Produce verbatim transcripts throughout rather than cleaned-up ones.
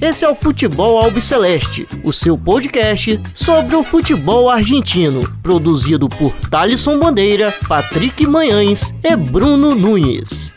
Esse é o Futebol Albiceleste, o seu podcast sobre o futebol argentino, produzido por Thalisson Bandeira, Patrick Manhães e Bruno Nunes.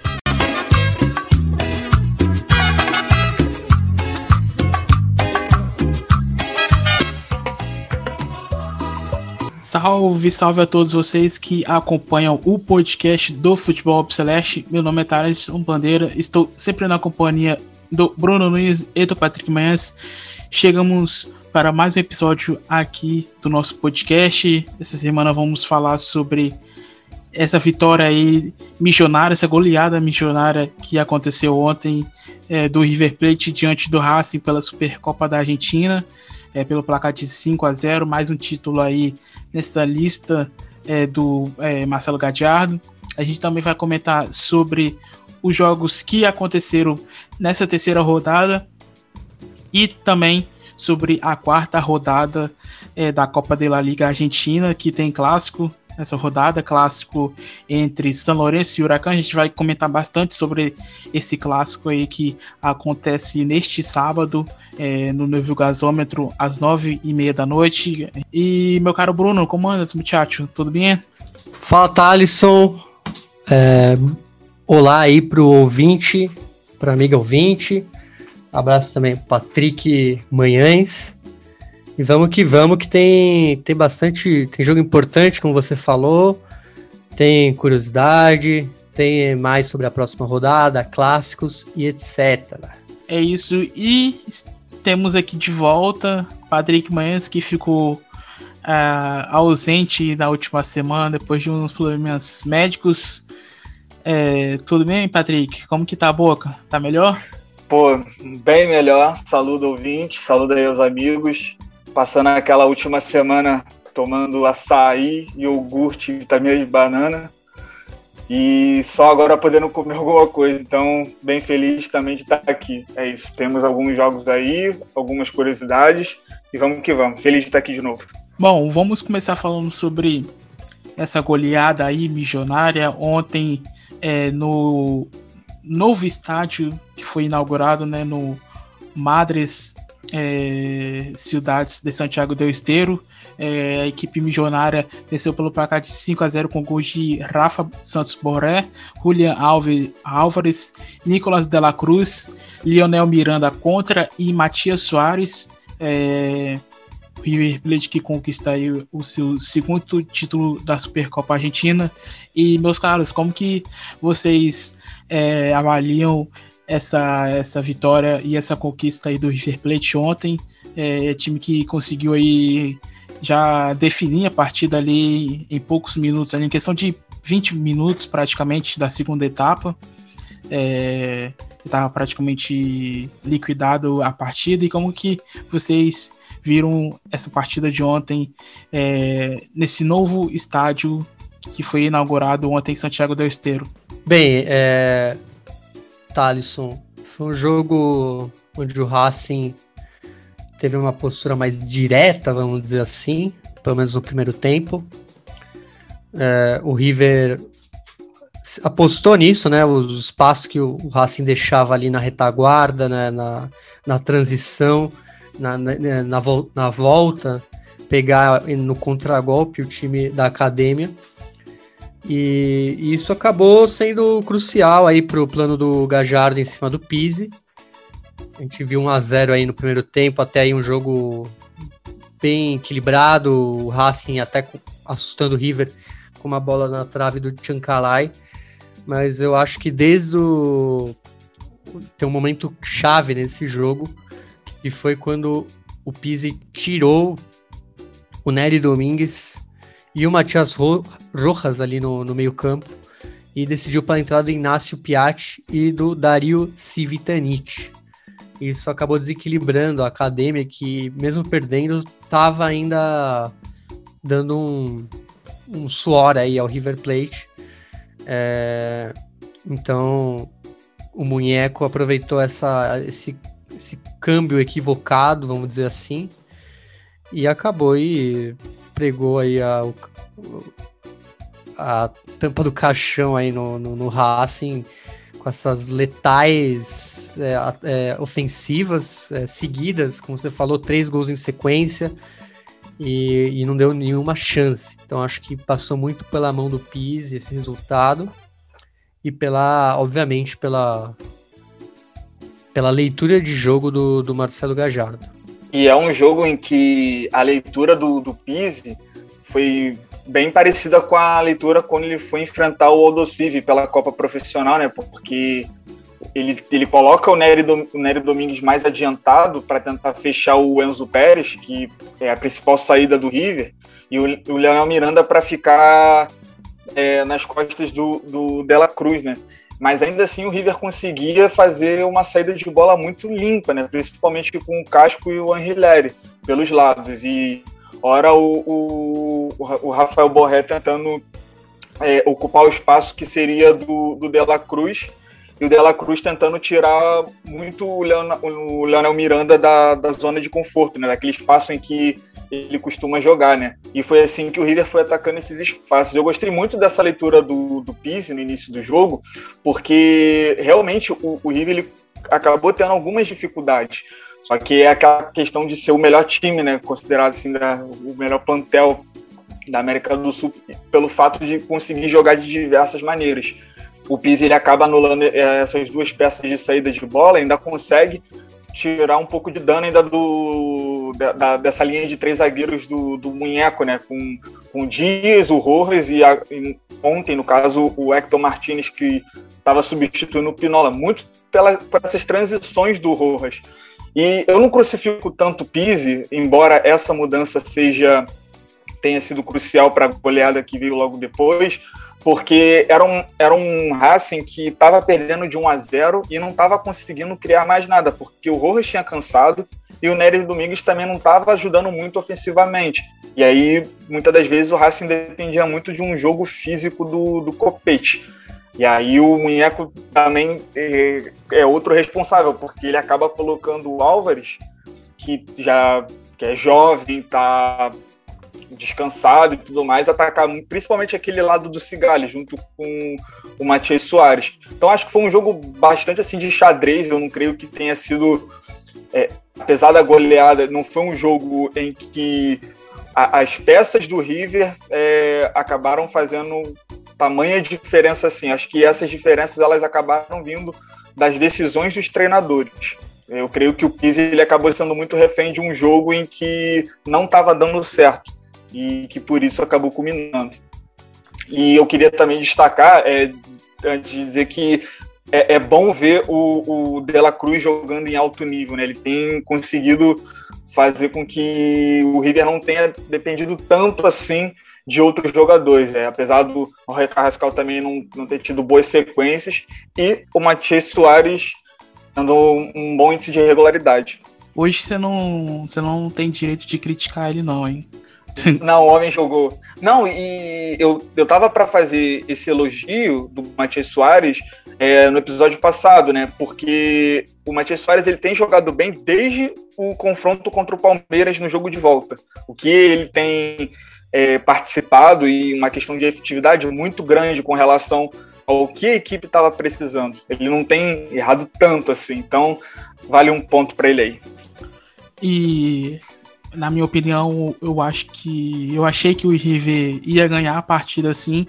Salve, salve a todos vocês que acompanham o podcast do Futebol Albiceleste. Meu nome é Thalisson Bandeira, estou sempre na companhia do Bruno Nunes e do Patrick Manhães. Chegamos para mais um episódio aqui do nosso podcast. Essa semana vamos falar sobre essa vitória aí missionária, essa goleada missionária que aconteceu ontem é, do River Plate diante do Racing pela Supercopa da Argentina, é, pelo placar de cinco a zero, mais um título aí nessa lista é, do é, Marcelo Gallardo. A gente também vai comentar sobre os jogos que aconteceram nessa terceira rodada e também sobre a quarta rodada é, da Copa de la Liga Argentina, que tem clássico nessa rodada, clássico entre São Lourenço e Huracán. A gente vai comentar bastante sobre esse clássico aí que acontece neste sábado é, no Novo Gasômetro às nove e meia da noite. E meu caro Bruno, como andas, muchacho? Tudo bem? Fala, Thalisson. É, olá aí pro ouvinte, pra amiga ouvinte. Abraço também pro Patrick Manhães. E vamos que vamos, que tem, tem bastante, tem jogo importante, como você falou, tem curiosidade, tem mais sobre a próxima rodada, clássicos e etcétera. É isso, e temos aqui de volta Patrick Manhães, que ficou uh, ausente na última semana, depois de uns problemas médicos. É, tudo bem, Patrick? Como que tá a boca? Tá melhor? Pô, bem melhor. Saludo ouvinte, saludo aí aos amigos. Passando aquela última semana tomando açaí, iogurte, vitamina de banana e só agora podendo comer alguma coisa. Então, bem feliz também de estar aqui. É isso, temos alguns jogos aí, algumas curiosidades e vamos que vamos. Feliz de estar aqui de novo. Bom, vamos começar falando sobre essa goleada aí milionária ontem é, no novo estádio que foi inaugurado, né, no Madres É, Ciudades de Santiago del Estero. É, a equipe milionária venceu pelo placar de cinco a zero com gols de Rafa Santos Borré, Julián Alves, Álvares, Nicolás de la Cruz, Lionel Miranda contra e Matias Soares. É, o River Plate que conquista aí o seu segundo título da Supercopa Argentina. E, meus caros, como que vocês é, avaliam Essa, essa vitória e essa conquista aí do River Plate ontem? É time que conseguiu aí já definir a partida ali em poucos minutos, ali em questão de vinte minutos praticamente da segunda etapa. É, estava praticamente liquidado a partida. E como que vocês viram essa partida de ontem é, nesse novo estádio que foi inaugurado ontem em Santiago del Estero? Bem, é... Thalisson, foi um jogo onde o Racing teve uma postura mais direta, vamos dizer assim, pelo menos no primeiro tempo. É, o River apostou nisso, né? Os espaços que o Racing deixava ali na retaguarda, né, na, na transição, na, na, na, na volta, pegar no contragolpe o time da Academia. E isso acabou sendo crucial aí para o plano do Gallardo em cima do Pizzi. A gente viu um a zero aí no primeiro tempo, até aí um jogo bem equilibrado, o Racing até assustando o River com uma bola na trave do Chancalay. Mas eu acho que desde o... tem um momento chave nesse jogo, e foi quando o Pizzi tirou o Nery Domingues e o Matias Rojas ali no, no meio campo, e decidiu para a entrada do Inácio Piatti e do Dario Civitanic. Isso acabou desequilibrando a Academia, que mesmo perdendo, estava ainda dando um, um suor aí ao River Plate. É, então o Munheco aproveitou essa, esse, esse câmbio equivocado, vamos dizer assim, e acabou e pregou aí a, a tampa do caixão aí no, no, no Racing, com essas letais é, é, ofensivas é, seguidas, como você falou, três gols em sequência e, e não deu nenhuma chance. Então acho que passou muito pela mão do Pizzi esse resultado e pela, obviamente, pela, pela leitura de jogo do, do Marcelo Gallardo. E é um jogo em que a leitura do, do Pizzi foi bem parecida com a leitura quando ele foi enfrentar o Aldosivi pela Copa Profissional, né? Porque ele, ele coloca o Nery, o Nery Domingues mais adiantado para tentar fechar o Enzo Pérez, que é a principal saída do River, e o, o Leonel Miranda para ficar é, nas costas do, do De La Cruz, né? Mas ainda assim o River conseguia fazer uma saída de bola muito limpa, né? Principalmente com o Casco e o Anrileri pelos lados. E ora o, o, o Rafael Borré tentando é, ocupar o espaço que seria do, do De La Cruz, e o De La Cruz tentando tirar muito o Leonel, o Leonel Miranda da, da zona de conforto, né? Daquele espaço em que ele costuma jogar, né? E foi assim que o River foi atacando esses espaços. Eu gostei muito dessa leitura do, do Pizzi no início do jogo, porque realmente o, o River ele acabou tendo algumas dificuldades. Só que é aquela questão de ser o melhor time, né? Considerado assim, da, o melhor plantel da América do Sul, pelo fato de conseguir jogar de diversas maneiras. O Pizzi ele acaba anulando essas duas peças de saída de bola, ainda consegue tirar um pouco de dano ainda do, da, dessa linha de três zagueiros do, do Munheco, né? Com, com o Dias, o Rojas e, a, e ontem, no caso, o Hector Martínez, que estava substituindo o Pinola, muito pela, por essas transições do Rojas. E eu não crucifico tanto o Pizzi, embora essa mudança seja, tenha sido crucial para a goleada que veio logo depois, porque era um, era um Racing que estava perdendo de um a zero e não estava conseguindo criar mais nada, porque o Rojas tinha cansado e o Nery Domingues também não estava ajudando muito ofensivamente. E aí, muitas das vezes, o Racing dependia muito de um jogo físico do, do Copete. E aí o Munheco também é, é outro responsável, porque ele acaba colocando o Álvares, que já que é jovem, está descansado e tudo mais, atacar principalmente aquele lado do Cigali, junto com o Matias Soares. Então acho que foi um jogo bastante assim de xadrez, eu não creio que tenha sido, é, apesar da goleada, não foi um jogo em que a, as peças do River é, acabaram fazendo tamanha diferença assim. Acho que essas diferenças elas acabaram vindo das decisões dos treinadores. Eu creio que o Pizzi ele acabou sendo muito refém de um jogo em que não estava dando certo e que por isso acabou culminando. E eu queria também destacar, é, antes de dizer que é, é bom ver o, o De La Cruz jogando em alto nível, né? Ele tem conseguido fazer com que o River não tenha dependido tanto assim de outros jogadores, né? Apesar do Jorge Carrascal também não, não ter tido boas sequências e o Matias Soares dando um bom índice de regularidade. Hoje você não, você não tem direito de criticar ele não, hein? Não, o homem jogou. Não, e eu, eu tava para fazer esse elogio do Matias Soares é, no episódio passado, né? Porque o Matias Soares ele tem jogado bem desde o confronto contra o Palmeiras no jogo de volta. O que ele tem é, participado e uma questão de efetividade muito grande com relação ao que a equipe estava precisando. Ele não tem errado tanto assim, então vale um ponto para ele aí. E na minha opinião, eu acho que eu achei que o River ia ganhar a partida assim,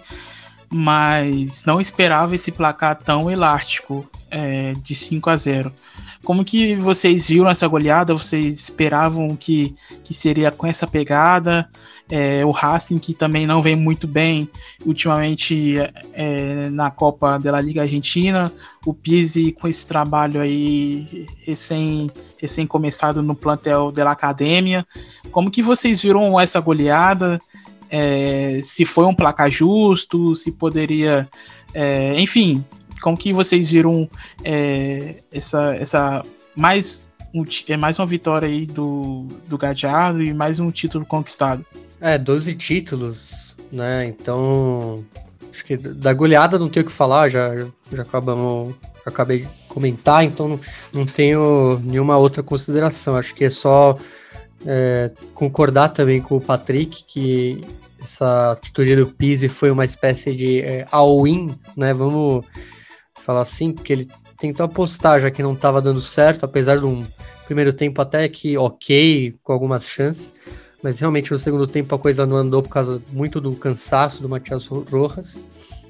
mas não esperava esse placar tão elástico, é, de cinco a zero. Como que vocês viram essa goleada? Vocês esperavam que, que seria com essa pegada? É, o Racing, que também não vem muito bem ultimamente é, na Copa da Liga Argentina, o Pizzi com esse trabalho aí recém, recém começado no plantel da Academia. Como que vocês viram essa goleada? É, se foi um placar justo, se poderia... É, enfim... Como que vocês viram é, essa, essa mais, um, é, mais uma vitória aí do, do Gallardo e mais um título conquistado? É, doze títulos, né? Então, acho que da goleada não tenho o que falar, já, já acabamos, acabei de comentar, então não, não tenho nenhuma outra consideração. Acho que é só é, concordar também com o Patrick que essa atitude do Pizzi foi uma espécie de é, all-in, né? Vamos falar assim, porque ele tentou apostar, já que não estava dando certo, apesar de um primeiro tempo até que ok, com algumas chances, mas realmente no segundo tempo a coisa não andou por causa muito do cansaço do Matias Rojas.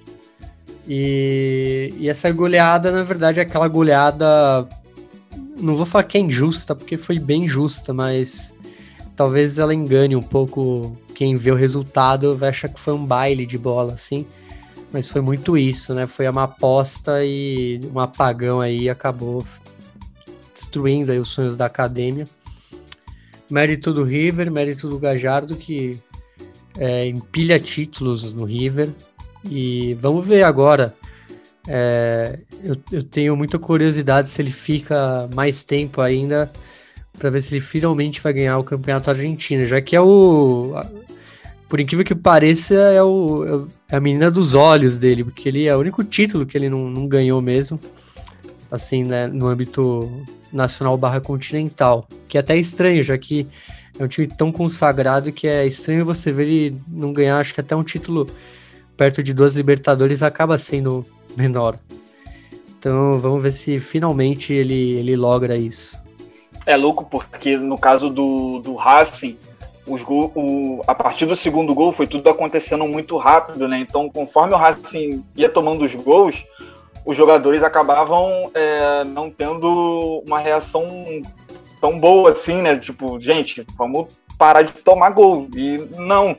E, e essa goleada, na verdade, é aquela goleada, não vou falar que é injusta, porque foi bem justa, mas talvez ela engane um pouco quem vê o resultado, vai achar que foi um baile de bola, assim, mas foi muito isso, né? Foi uma aposta e um apagão aí acabou destruindo aí os sonhos da academia. Mérito do River, mérito do Gallardo, que é, empilha títulos no River. E vamos ver agora. É, eu, eu tenho muita curiosidade se ele fica mais tempo ainda, para ver se ele finalmente vai ganhar o campeonato argentino, já que é o... Por incrível que pareça, é, o, é a menina dos olhos dele, porque ele é o único título que ele não, não ganhou mesmo, assim, né, no âmbito nacional barra continental, que é até estranho, já que é um time tão consagrado que é estranho você ver ele não ganhar, acho que até um título perto de duas Libertadores acaba sendo menor. Então vamos ver se finalmente ele, ele logra isso. É louco porque no caso do, do Racing, os gol, o, a partir do segundo gol foi tudo acontecendo muito rápido, né? Então conforme o Racing ia tomando os gols, os jogadores acabavam é, não tendo uma reação tão boa assim, né? Tipo, gente, vamos parar de tomar gol. E não.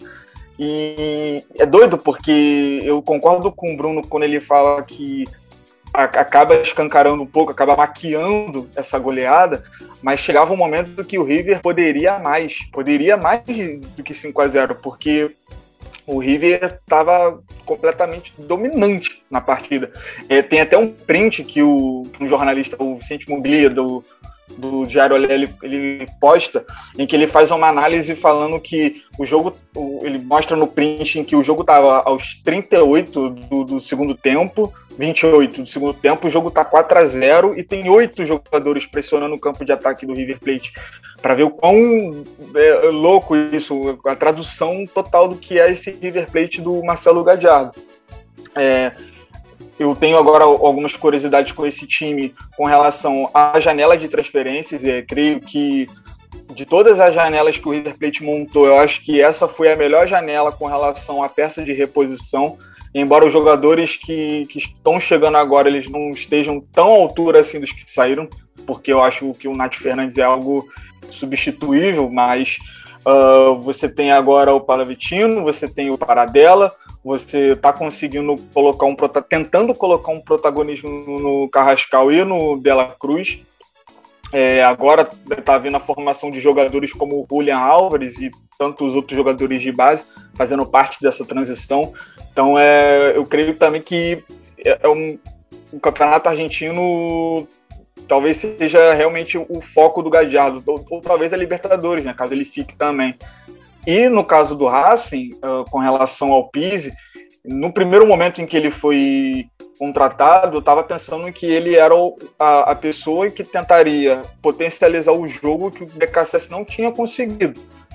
E é doido porque eu concordo com o Bruno quando ele fala que acaba escancarando um pouco, acaba maquiando essa goleada, mas chegava um momento que o River poderia mais, poderia mais do que cinco a zero, porque o River estava completamente dominante na partida. É, tem até um print que o, que um jornalista, o Vicente Muglia, do, do Diário Olé, ele, ele posta, em que ele faz uma análise falando que o jogo, o, ele mostra no print em que o jogo estava aos trinta e oito do, do segundo tempo, vinte e oito do segundo tempo, o jogo está quatro a zero e tem oito jogadores pressionando o campo de ataque do River Plate, para ver o quão é, louco isso, a tradução total do que é esse River Plate do Marcelo Gallardo. É, eu tenho agora algumas curiosidades com esse time com relação à janela de transferências. É, creio que de todas as janelas que o River Plate montou, eu acho que essa foi a melhor janela com relação à peça de reposição. Embora os jogadores que, que estão chegando agora eles não estejam tão à altura assim dos que saíram, porque eu acho que o Nath Fernandes é algo substituível, mas uh, você tem agora o Palavitino, você tem o Paradela, você está conseguindo colocar um tentando colocar um protagonismo no Carrascal e no Dela Cruz. É, agora está vendo a formação de jogadores como o Julian Álvares e tantos outros jogadores de base fazendo parte dessa transição. Então é, eu creio também que é, é um, o campeonato argentino talvez seja realmente o foco do Gallardo, ou, ou talvez a Libertadores, né, caso ele fique também. E no caso do Racing, uh, com relação ao Pizzi, no primeiro momento em que ele foi contratado, eu estava pensando que ele era o, a, a pessoa que tentaria potencializar o jogo que o B K C S não tinha conseguido.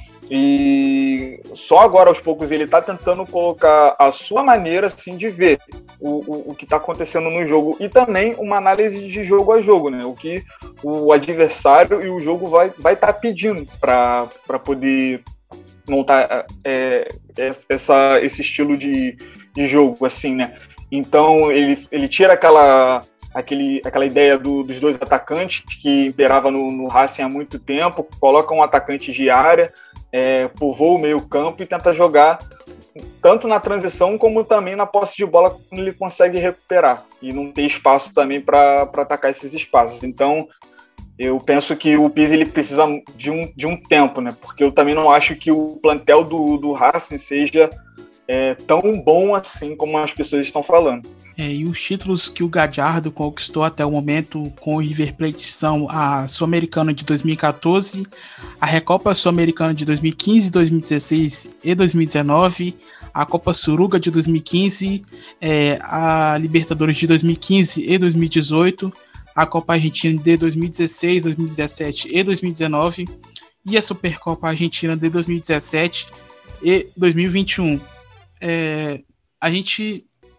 E só agora, aos poucos, ele está tentando colocar a sua maneira assim, de ver o, o, o que está acontecendo no jogo e também uma análise de jogo a jogo, né? O que o adversário e o jogo vai estar vai tá pedindo para poder montar é, essa, esse estilo de, de jogo, assim, né? Então, ele, ele tira aquela, aquele, aquela ideia do, dos dois atacantes que imperava no, no Racing há muito tempo, coloca um atacante de área, é, povoa o meio campo e tenta jogar tanto na transição como também na posse de bola quando ele consegue recuperar e não ter espaço também para atacar esses espaços. Então, eu penso que o Pizzi ele precisa de um, de um tempo, né? Porque eu também não acho que o plantel do, do Racing seja é, tão bom assim como as pessoas estão falando. É, e os títulos que o Gallardo conquistou até o momento com o River Plate são a Sul-Americana de dois mil e catorze, a Recopa Sul-Americana de dois mil e quinze, dois mil e dezesseis e dois mil e dezenove, a Copa Suruga de dois mil e quinze, é, a Libertadores de dois mil e quinze e dois mil e dezoito, a Copa Argentina de dois mil e dezesseis, dois mil e dezessete e dois mil e dezenove e a Supercopa Argentina de dois mil e dezessete e dois mil e vinte e um. É, a gente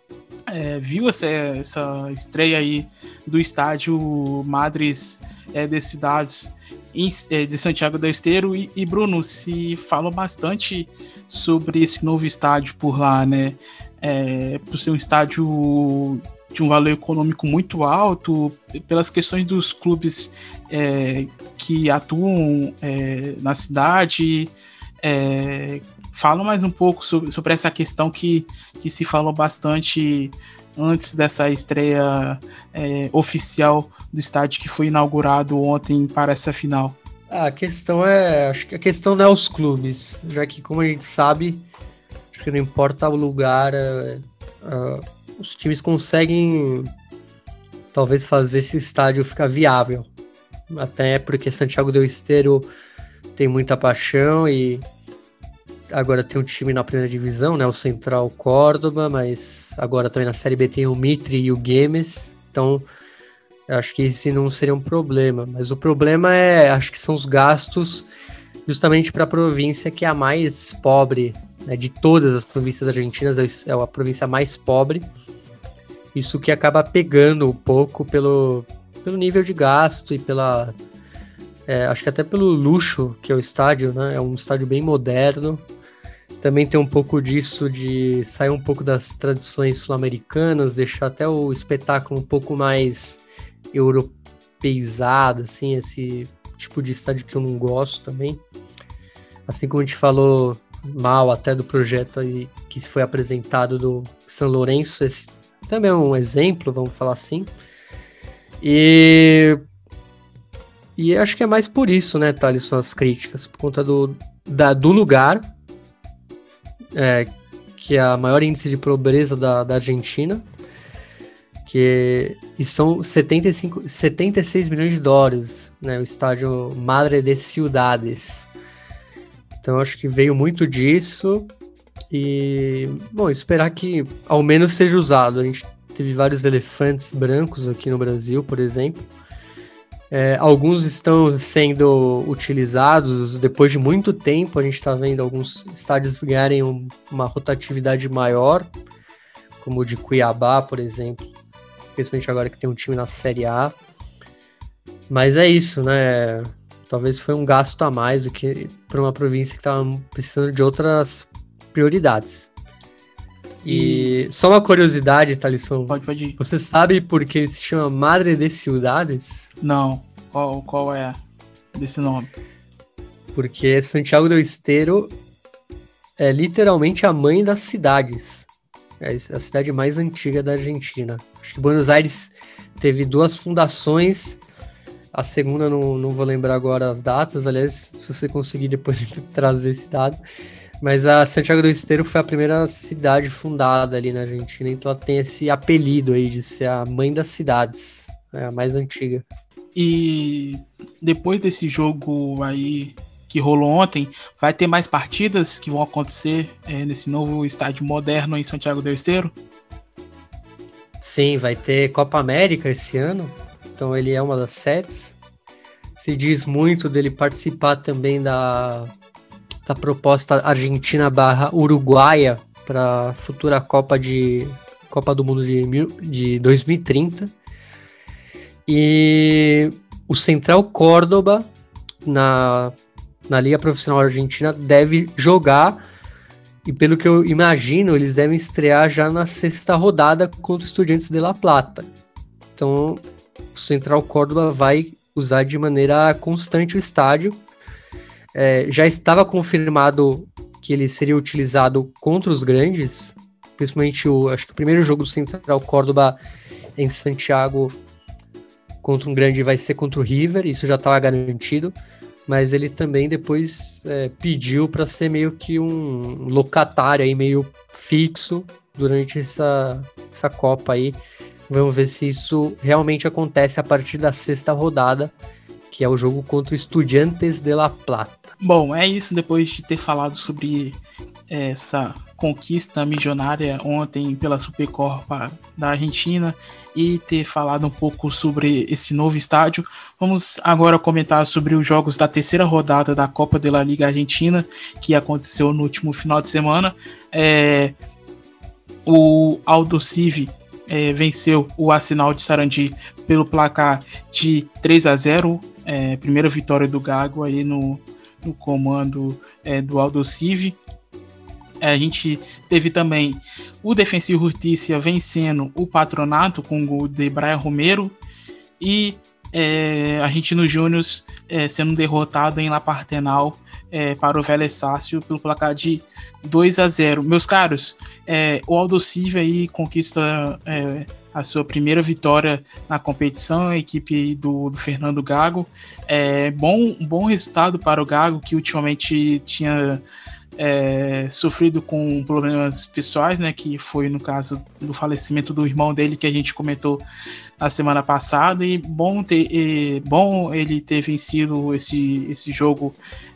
é, viu essa, essa estreia aí do estádio Madres é, de Cidades em, é, de Santiago del Estero e, e Bruno, se falou bastante sobre esse novo estádio por lá, né? É, por ser um estádio de um valor econômico muito alto, pelas questões dos clubes é, que atuam é, na cidade. É, fala mais um pouco sobre, sobre essa questão que, que se falou bastante antes dessa estreia é, oficial do estádio que foi inaugurado ontem para essa final. Ah, a questão é, acho que a questão não é os clubes, já que, como a gente sabe, acho que não importa o lugar, é, é, os times conseguem talvez fazer esse estádio ficar viável, até porque Santiago del Estero tem muita paixão e agora tem um time na primeira divisão, né, o Central Córdoba, mas agora também na Série B tem o Mitre e o Güemes, então eu acho que esse não seria um problema, mas o problema é, acho que são os gastos justamente para a província que é a mais pobre, né, de todas as províncias argentinas, é a província mais pobre, isso que acaba pegando um pouco pelo, pelo nível de gasto e pela, é, acho que até pelo luxo que é o estádio, né, é um estádio bem moderno. Também tem um pouco disso de sair um pouco das tradições sul-americanas, deixar até o espetáculo um pouco mais europeizado, assim, esse tipo de estádio que eu não gosto também. Assim como a gente falou mal até do projeto aí que foi apresentado do São Lourenço, esse também é um exemplo, vamos falar assim. E, e acho que é mais por isso, né, Thales, são as críticas, por conta do, da, do lugar, É, que é a maior índice de pobreza da, da Argentina, que, e são setenta e cinco, setenta e seis milhões de dólares, né, o estádio Madre de Ciudades. Então acho que veio muito disso e, bom, esperar que ao menos seja usado. A gente teve vários elefantes brancos aqui no Brasil, por exemplo. É, alguns estão sendo utilizados depois de muito tempo. A gente está vendo alguns estádios ganharem um, uma rotatividade maior, como o de Cuiabá, por exemplo, principalmente agora que tem um time na Série A. Mas é isso, né? Talvez foi um gasto a mais do que para uma província que estava precisando de outras prioridades. E, e só uma curiosidade, Thalisson. Pode, pode ir. Você sabe por que ele se chama Madre de Ciudades? Não. Qual, qual é desse nome? Porque Santiago del Estero é literalmente a mãe das cidades. É a cidade mais antiga da Argentina. Acho que Buenos Aires teve duas fundações. A segunda, não, não vou lembrar agora as datas. Aliás, se você conseguir depois trazer esse dado. Mas a Santiago del Estero foi a primeira cidade fundada ali na Argentina. Então ela tem esse apelido aí de ser a mãe das cidades. É a mais antiga. E depois desse jogo aí que rolou ontem, vai ter mais partidas que vão acontecer é, nesse novo estádio moderno em Santiago del Estero? Sim, vai ter Copa América esse ano, então ele é uma das sedes. Se diz muito dele participar também da, da proposta argentina barra uruguaia para a futura Copa, de, Copa do Mundo de, de dois mil e trinta. E o Central Córdoba, na, na Liga Profissional Argentina, deve jogar, e pelo que eu imagino, eles devem estrear já na sexta rodada contra o Estudiantes de La Plata. Então, o Central Córdoba vai usar de maneira constante o estádio. É, já estava confirmado que ele seria utilizado contra os grandes, principalmente o, acho que o primeiro jogo do Central Córdoba em Santiago contra um grande vai ser contra o River, isso já estava garantido, mas ele também depois é, pediu para ser meio que um locatário aí, meio fixo durante essa, essa Copa aí. Vamos ver se isso realmente acontece a partir da sexta rodada, que é o jogo contra o Estudiantes de La Plata. Bom, é isso. Depois de ter falado sobre essa conquista milionária ontem pela Supercopa da Argentina e ter falado um pouco sobre esse novo estádio, vamos agora comentar sobre os jogos da terceira rodada da Copa de la Liga Argentina, que aconteceu no último final de semana. É, o Aldosivi é, venceu o Arsenal de Sarandi pelo placar de três a zero, é, primeira vitória do Gago aí no, no comando é, do Aldosivi. É, a gente teve também o Defensa e Justiça vencendo o Patronato com o gol de Brian Romero, e é, a gente no Júnior é, sendo derrotado em La Partenal é, para o Vélez Sácio pelo placar de dois a zero. Meus caros, é, o Aldosivi aí conquista é, a sua primeira vitória na competição, a equipe do, do Fernando Gago. É, bom, bom resultado para o Gago, que ultimamente tinha é, sofrido com problemas pessoais, né, que foi no caso do falecimento do irmão dele, que a gente comentou na semana passada, e bom, ter, e, bom ele ter vencido esse, esse jogo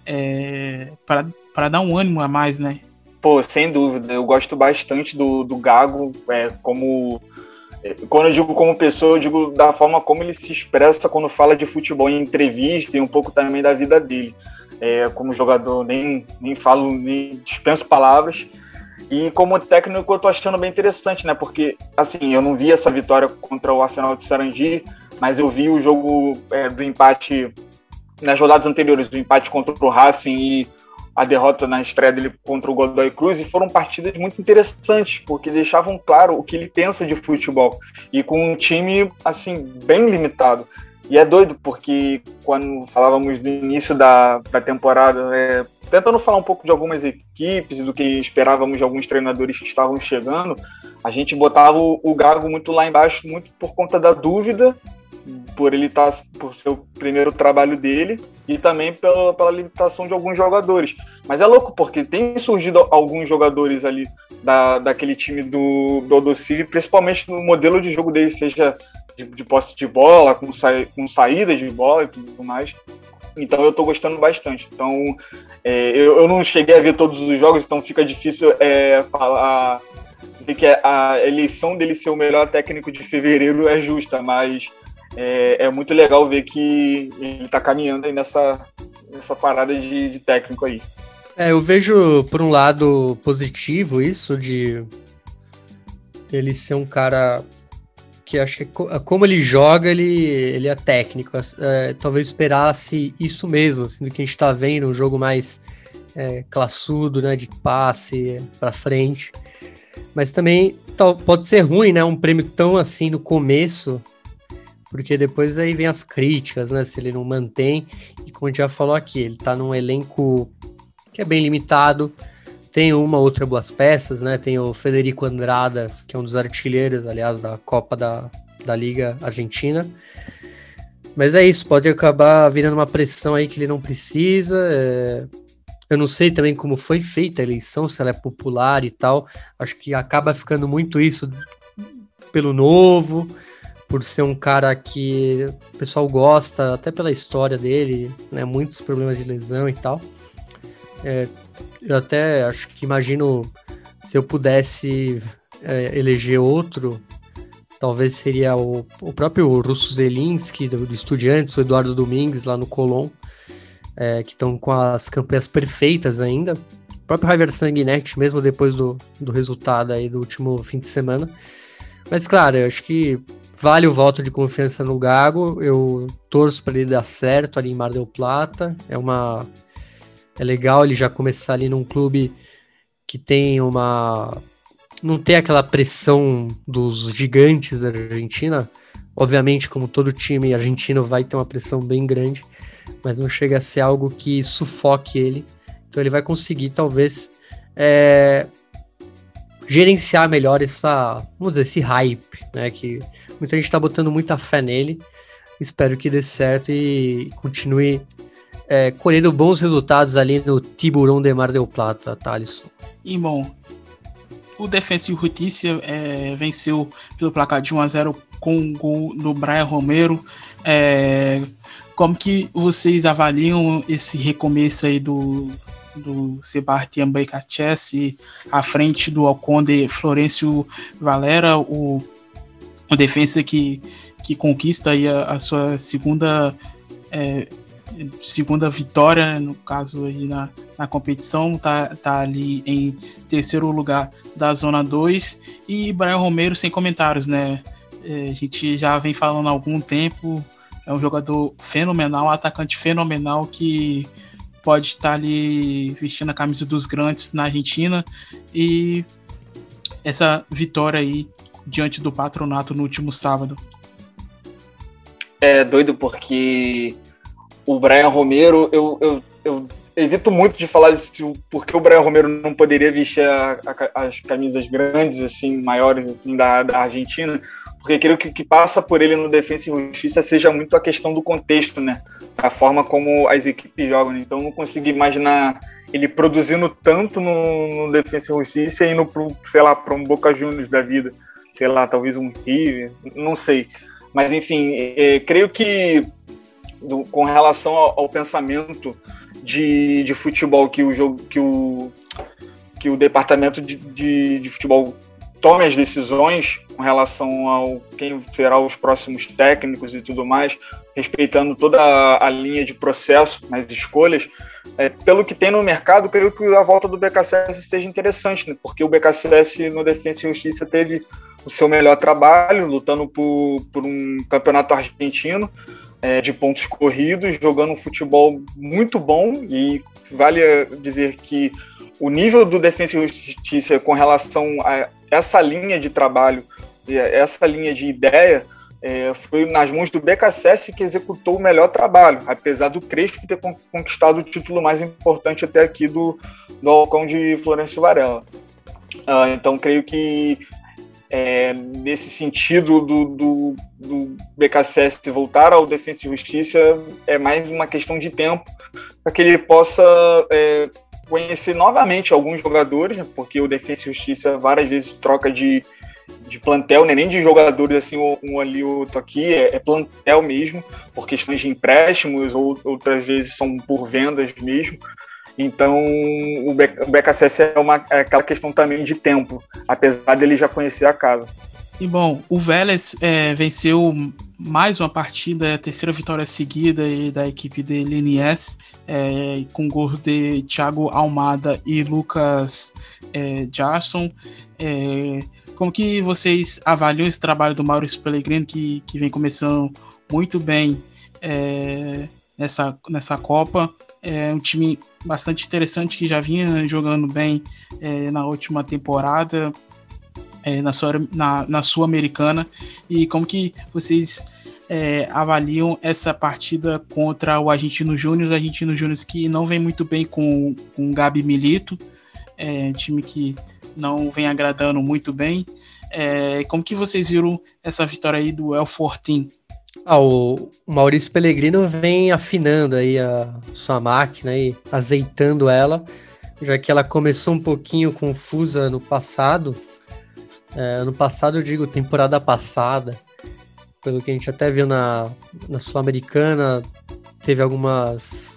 é, para dar um ânimo a mais, né? Pô, sem dúvida, eu gosto bastante do, do Gago, é, como... Quando eu digo como pessoa, eu digo da forma como ele se expressa quando fala de futebol em entrevista e um pouco também da vida dele. É, como jogador, nem, nem falo, nem dispenso palavras. E como técnico, eu tô achando bem interessante, né? Porque, assim, eu não vi essa vitória contra o Arsenal de Sarandi, mas eu vi o jogo é, do empate nas rodadas anteriores, do empate contra o Racing e a derrota na estreia dele contra o Godoy Cruz, e foram partidas muito interessantes, porque deixavam claro o que ele pensa de futebol, e com um time, assim, bem limitado. E é doido, porque quando falávamos no início da, da temporada, é, tentando falar um pouco de algumas equipes e do que esperávamos de alguns treinadores que estavam chegando, a gente botava o, o Gago muito lá embaixo, muito por conta da dúvida, por ele estar, por ser o primeiro trabalho dele, e também pela, pela limitação de alguns jogadores. Mas é louco, porque tem surgido alguns jogadores ali da, daquele time do, do Aldosivi, principalmente no modelo de jogo dele, seja de, de posse de bola, com, sa, com saída de bola e tudo mais. Então eu tô gostando bastante. Então é, eu, eu não cheguei a ver todos os jogos, então fica difícil é, falar, dizer que a eleição dele ser o melhor técnico de fevereiro é justa, mas É, é muito legal ver que ele está caminhando aí nessa, nessa parada de, de técnico aí. É, eu vejo, por um lado, positivo isso de ele ser um cara que acho que como ele joga, ele, ele é técnico. É, talvez esperasse isso mesmo, assim, do que a gente está vendo, um jogo mais é, classudo, né, de passe para frente. Mas também tal, pode ser ruim, né, um prêmio tão assim no começo, porque depois aí vem as críticas, né, se ele não mantém, e como a gente já falou aqui, ele tá num elenco que é bem limitado, tem uma outra boas peças, né, tem o Federico Andrada, que é um dos artilheiros, aliás, da Copa da, da Liga Argentina, mas é isso, pode acabar virando uma pressão aí que ele não precisa, é... eu não sei também como foi feita a eleição, se ela é popular e tal, acho que acaba ficando muito isso pelo novo, por ser um cara que o pessoal gosta, até pela história dele, né, muitos problemas de lesão e tal. É, eu até acho que imagino, se eu pudesse é, eleger outro, talvez seria o, o próprio Russo Zelinski, do, do Estudiantes, o Eduardo Domingues, lá no Colón, é, que estão com as campanhas perfeitas ainda. O próprio Javier Sanguinetti, mesmo depois do, do resultado aí do último fim de semana. Mas, claro, eu acho que vale o voto de confiança no Gago, eu torço para ele dar certo ali em Mar del Plata, é uma... é legal ele já começar ali num clube que tem uma... não tem aquela pressão dos gigantes da Argentina, obviamente como todo time argentino vai ter uma pressão bem grande, mas não chega a ser algo que sufoque ele, então ele vai conseguir talvez é... gerenciar melhor essa, vamos dizer, esse hype, né, que muita gente está botando muita fé nele. Espero que dê certo e continue é, colhendo bons resultados ali no Tiburón de Mar del Plata, Thalisson. E bom, o Defensa e Justiça é, venceu pelo placar de um a zero com o gol do Brian Romero. É, como que vocês avaliam esse recomeço aí do, do Sebastián Becachese à frente do Alconde Florencio Valera, o o defensa que, que conquista aí a, a sua segunda é, segunda vitória, no caso aí na, na competição, tá, tá ali em terceiro lugar da Zona dois, e Brian Romero sem comentários, né? É, a gente já vem falando há algum tempo, é um jogador fenomenal, um atacante fenomenal que pode estar ali vestindo a camisa dos grandes na Argentina, e essa vitória aí diante do Patronato no último sábado. É doido porque o Brian Romero, eu, eu, eu evito muito de falar disso, porque o Brian Romero não poderia vestir a, a, as camisas grandes, assim, maiores assim, da, da Argentina, porque creio que o que passa por ele no Defensa e Justiça seja muito a questão do contexto, né? A forma como as equipes jogam. Então, eu não consigo imaginar ele produzindo tanto no, no Defensa e Justiça e indo para, sei lá, para um Boca Juniors da vida. Sei lá, talvez um River, não sei. Mas, enfim, é, creio que do, com relação ao, ao pensamento de, de futebol que o, jogo, que o, que o departamento de, de, de futebol tome as decisões com relação ao quem será os próximos técnicos e tudo mais, respeitando toda a, a linha de processo nas escolhas, é, pelo que tem no mercado, creio que a volta do B K C S seja interessante, né? Porque o B K C S no Defensa e Justiça teve o seu melhor trabalho, lutando por, por um campeonato argentino, é, de pontos corridos, jogando um futebol muito bom, e vale dizer que o nível do Defensa e Justiça com relação a essa linha de trabalho, essa linha de ideia, é, foi nas mãos do B K C S que executou o melhor trabalho, apesar do Crespo ter conquistado o título mais importante até aqui do, do Alcão de Florencio Varela. Ah, então, creio que é, nesse sentido do, do, do B K C S voltar ao Defensa e Justiça, é mais uma questão de tempo para que ele possa é, conhecer novamente alguns jogadores, né, porque o Defensa e Justiça várias vezes troca de, de plantel, né, nem de jogadores assim, um ali, outro aqui, é, é plantel mesmo, por questões de empréstimos, ou outras vezes são por vendas mesmo. Então o B K C S é, uma, é aquela questão também de tempo, apesar dele já conhecer a casa. E bom, o Vélez é, venceu mais uma partida, a terceira vitória seguida e da equipe de L N S, é, com gols de Thiago Almada e Lucas é, Jarson. É, como que vocês avaliam esse trabalho do Maurício Pellegrino, que, que vem começando muito bem é, nessa, nessa Copa? É um time bastante interessante que já vinha jogando bem é, na última temporada, é, na sua na, na Sul-Americana. E como que vocês é, avaliam essa partida contra o Argentino Júnior? O Argentino Júnior que não vem muito bem com, com o Gabi Milito, é, time que não vem agradando muito bem. É, como que vocês viram essa vitória aí do El Fortín? Ah, o Maurício Pellegrino vem afinando aí a sua máquina e azeitando ela, já que ela começou um pouquinho confusa no passado. É, ano passado, eu digo temporada passada, pelo que a gente até viu na, na Sul-Americana, teve algumas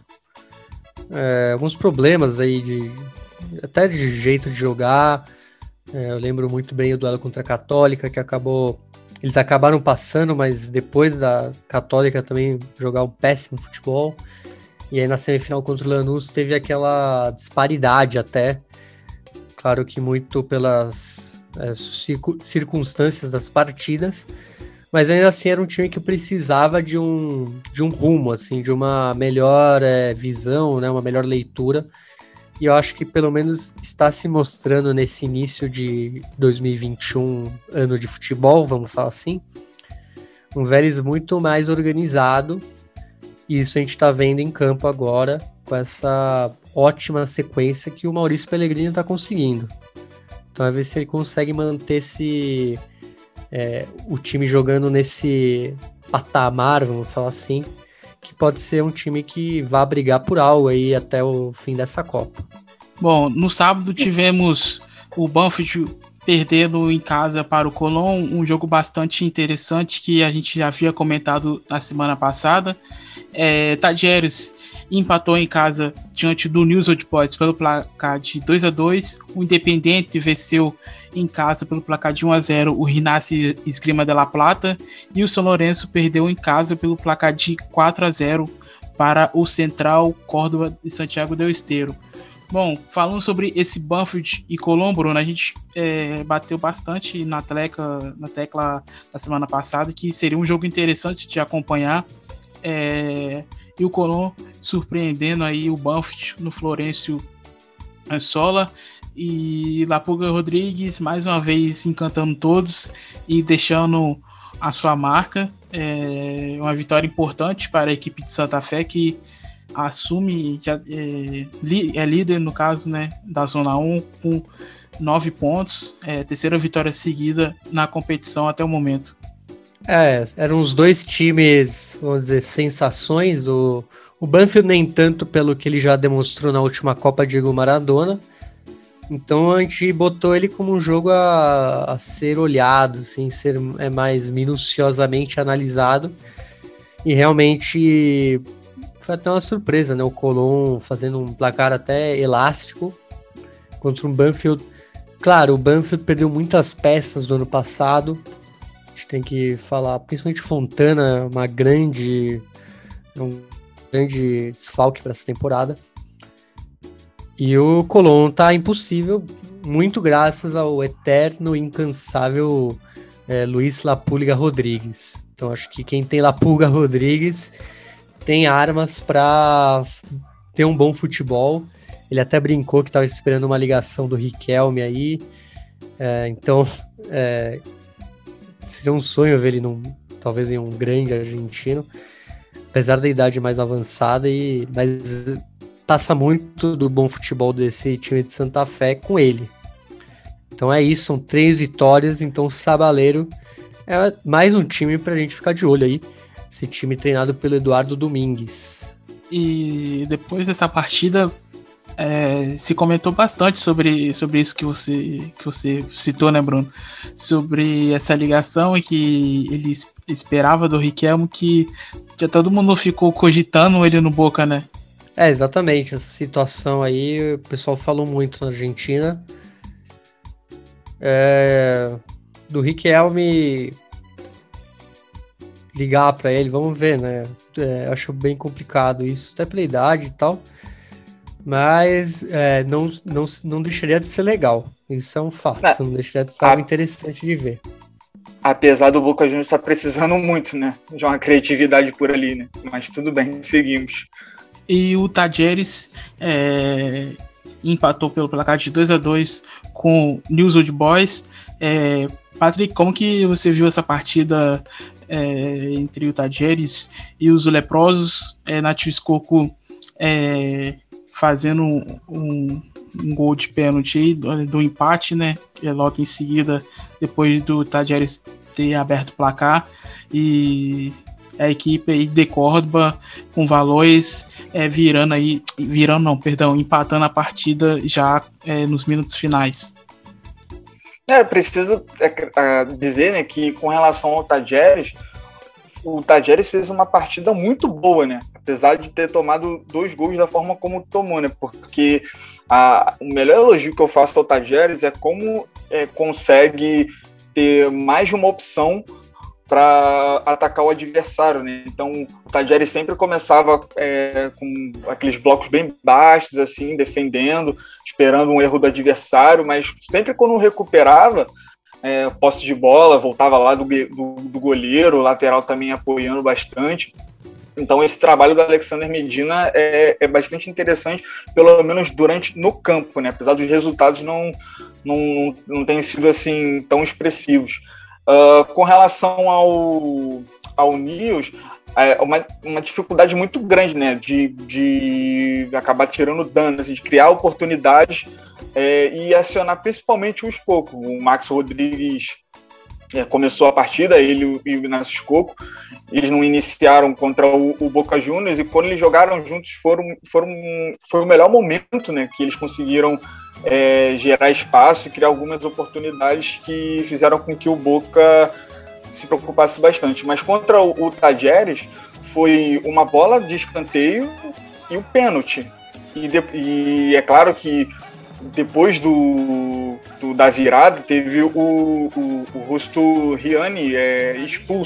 é, alguns problemas aí de até de jeito de jogar. É, eu lembro muito bem o duelo contra a Católica, que acabou Eles acabaram passando, mas depois da Católica também jogar um péssimo futebol. E aí na semifinal contra o Lanús teve aquela disparidade até. Claro que muito pelas é, circunstâncias das partidas. Mas ainda assim era um time que precisava de um, de um rumo, assim, de uma melhor é, visão, né, uma melhor leitura. E eu acho que pelo menos está se mostrando nesse início de dois mil e vinte e um, ano de futebol, vamos falar assim, um Vélez muito mais organizado, e isso a gente está vendo em campo agora, com essa ótima sequência que o Maurício Pellegrino está conseguindo. Então, a ver se ele consegue manter esse, é, o time jogando nesse patamar, vamos falar assim, que pode ser um time que vá brigar por algo aí até o fim dessa Copa. Bom, no sábado tivemos o Banfield perdendo em casa para o Colón, um jogo bastante interessante que a gente já havia comentado na semana passada. É, Tadieres empatou em casa diante do News Old Boys pelo placar de dois a dois. O Independiente venceu em casa pelo placar de um a zero o Rinácia Esgrima de La Plata. E o São Lourenço perdeu em casa pelo placar de quatro a zero para o Central Córdoba de Santiago del Estero. Bom, falando sobre esse Banfield e Colón, Bruno, a gente é, bateu bastante na tecla, na tecla da semana passada que seria um jogo interessante de acompanhar, é, e o Colón surpreendendo aí o Banfield no Florencio Sola, e Lapulga Rodrigues mais uma vez encantando todos e deixando a sua marca. É uma vitória importante para a equipe de Santa Fé, que assume, já, é, é líder no caso, né, da Zona um com nove pontos, é, terceira vitória seguida na competição até o momento. É, eram os dois times, vamos dizer, sensações. O, o Banfield nem tanto pelo que ele já demonstrou na última Copa Diego Maradona. Então a gente botou ele como um jogo a, a ser olhado, assim, ser é, mais minuciosamente analisado. E realmente foi até uma surpresa, né? O Colón fazendo um placar até elástico contra um Banfield. Claro, o Banfield perdeu muitas peças do ano passado. A gente tem que falar, principalmente Fontana, uma grande, um grande desfalque para essa temporada. E o Colón tá impossível, muito graças ao eterno, incansável é, Luiz Lapulga Rodrigues. Então acho que quem tem Lapulga Rodrigues tem armas para ter um bom futebol. Ele até brincou que estava esperando uma ligação do Riquelme aí. É, então é, seria um sonho ver ele num, talvez em um grande argentino, apesar da idade mais avançada, e mas passa muito do bom futebol desse time de Santa Fé com ele. Então é isso, são três vitórias. Então o Sabaleiro é mais um time pra gente ficar de olho aí, esse time treinado pelo Eduardo Domingues. E depois dessa partida é, se comentou bastante sobre, sobre isso que você, que você citou, né, Bruno? Sobre essa ligação, e que ele esperava do Riquelme, que já todo mundo ficou cogitando ele no Boca, né? É, exatamente, essa situação aí, o pessoal falou muito na Argentina. É, do Riquelme ligar pra ele, vamos ver, né? É, acho bem complicado isso, até pela idade e tal. Mas é, não, não, não deixaria de ser legal. Isso é um fato, não, não deixaria de ser a... algo interessante de ver. Apesar do Boca Juniors estar precisando muito, né? De uma criatividade por ali, né? Mas tudo bem, seguimos. E o Tajeres é, empatou pelo placar de dois a dois com o News Old Boys. É, Patrick, como que você viu essa partida é, entre o Tajeres e os leprosos? É, Nath Escoco é, fazendo um, um gol de pênalti aí, do, do empate, né? Logo em seguida, depois do Tajeres ter aberto o placar. E a equipe aí de Córdoba com Valois é, virando aí, virando não, perdão, empatando a partida já é, nos minutos finais. É, preciso é, dizer, né, que com relação ao Tajeres, o Tajeres fez uma partida muito boa, né, apesar de ter tomado dois gols da forma como tomou, né, porque a, o melhor elogio que eu faço ao Tajeres é como é, consegue ter mais de uma opção para atacar o adversário, né? Então o Tajeres sempre começava é, com aqueles blocos bem baixos, assim, defendendo, esperando um erro do adversário, mas sempre quando recuperava é, posse de bola, voltava lá do, do, do goleiro, o lateral também apoiando bastante. Então esse trabalho do Alexander Medina é, é bastante interessante, pelo menos durante no campo, né? Apesar dos resultados não, não, não terem sido assim tão expressivos. Uh, com relação ao, ao News, é uma, uma dificuldade muito grande, né, de, de acabar tirando dano, assim, de criar oportunidades é, e acionar principalmente o Escoco. O Max Rodrigues é, começou a partida, ele e o Inácio Escoco, eles não iniciaram contra o, o Boca Juniors, e quando eles jogaram juntos foram, foram, foi o melhor momento, né, que eles conseguiram É, gerar espaço e criar algumas oportunidades que fizeram com que o Boca se preocupasse bastante. Mas contra o, o Tajeres foi uma bola de escanteio e o pênalti. E, de, e é claro que depois do, do, da virada teve o, o, o Rusto Riani é, expulso.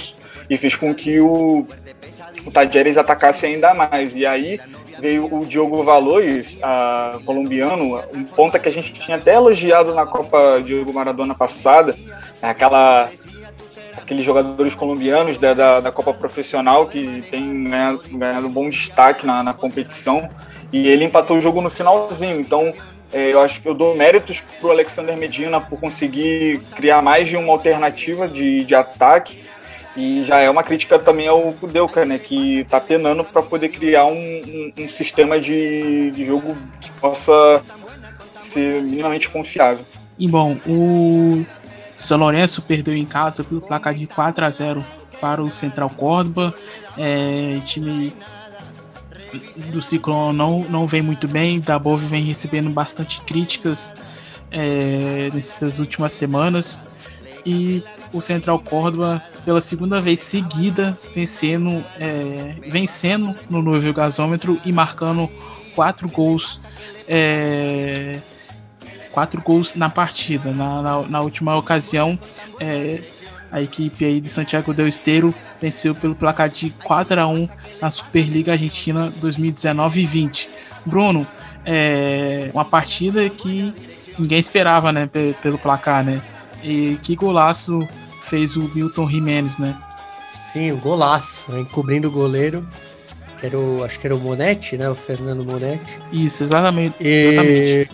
e fez com que o, o Talleres atacasse ainda mais. E aí veio o Diogo Valores, a, colombiano, um ponta que a gente tinha até elogiado na Copa Diego Maradona passada, aquela, aqueles jogadores colombianos da, da, da Copa Profissional que tem ganhado, ganhado bom destaque na, na competição, e ele empatou o jogo no finalzinho. Então é, eu acho que eu dou méritos para o Alexander Medina por conseguir criar mais de uma alternativa de, de ataque. E já é uma crítica também ao Kudelka, né, que está penando para poder criar um, um, um sistema de, de jogo que possa ser minimamente confiável. E bom, o São Lourenço perdeu em casa pelo placar de quatro a zero para o Central Córdoba. É, time do Ciclone não, não vem muito bem, da Bove vem recebendo bastante críticas é, nessas últimas semanas. E o Central Córdoba, pela segunda vez seguida, vencendo, é, vencendo no novo gasômetro e marcando quatro gols, é, quatro gols na partida. Na, na, na última ocasião, é, a equipe aí de Santiago del Estero venceu pelo placar de quatro a um na Superliga Argentina dois mil e dezenove e vinte. Bruno, é uma partida que ninguém esperava, né, pelo placar, né? E que golaço fez o Milton Jiménez, né? Sim, o golaço, né? Encobrindo o goleiro, que era o, acho que era o Monetti, né? O Fernando Monetti. Isso, exatamente. E... exatamente.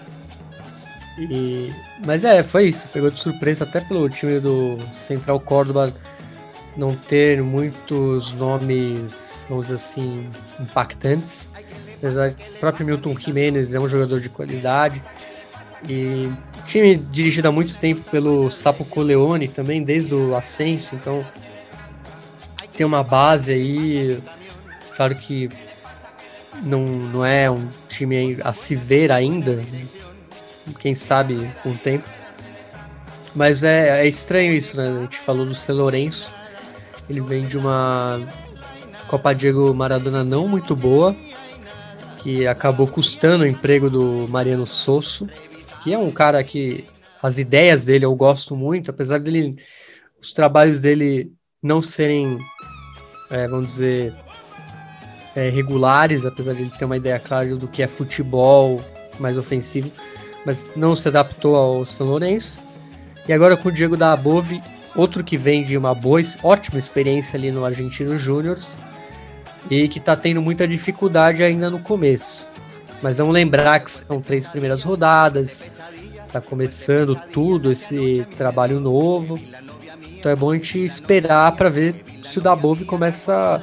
E... Mas é, foi isso. Pegou de surpresa até pelo time do Central Córdoba não ter muitos nomes, vamos dizer assim, impactantes. Apesar de o próprio Milton Jiménez é um jogador de qualidade. E time dirigido há muito tempo pelo Sapo Coleone também, desde o ascenso, então tem uma base aí. Claro que não, não é um time a se ver ainda, quem sabe com o tempo, mas é, é estranho isso, né? A gente falou do São Lourenço, ele vem de uma Copa Diego Maradona não muito boa, que acabou custando o emprego do Mariano Sosso, que é um cara que as ideias dele eu gosto muito, apesar dele, os trabalhos dele não serem, é, vamos dizer, é, regulares, apesar de ele ter uma ideia clara do que é futebol mais ofensivo, mas não se adaptou ao São Lourenço. E agora com o Diego da Bove, outro que vem de uma boa, ótima experiência ali no Argentino Júniors e que está tendo muita dificuldade ainda no começo. Mas vamos lembrar que são três primeiras rodadas, tá começando tudo esse trabalho novo, então é bom a gente esperar para ver se o Dabove começa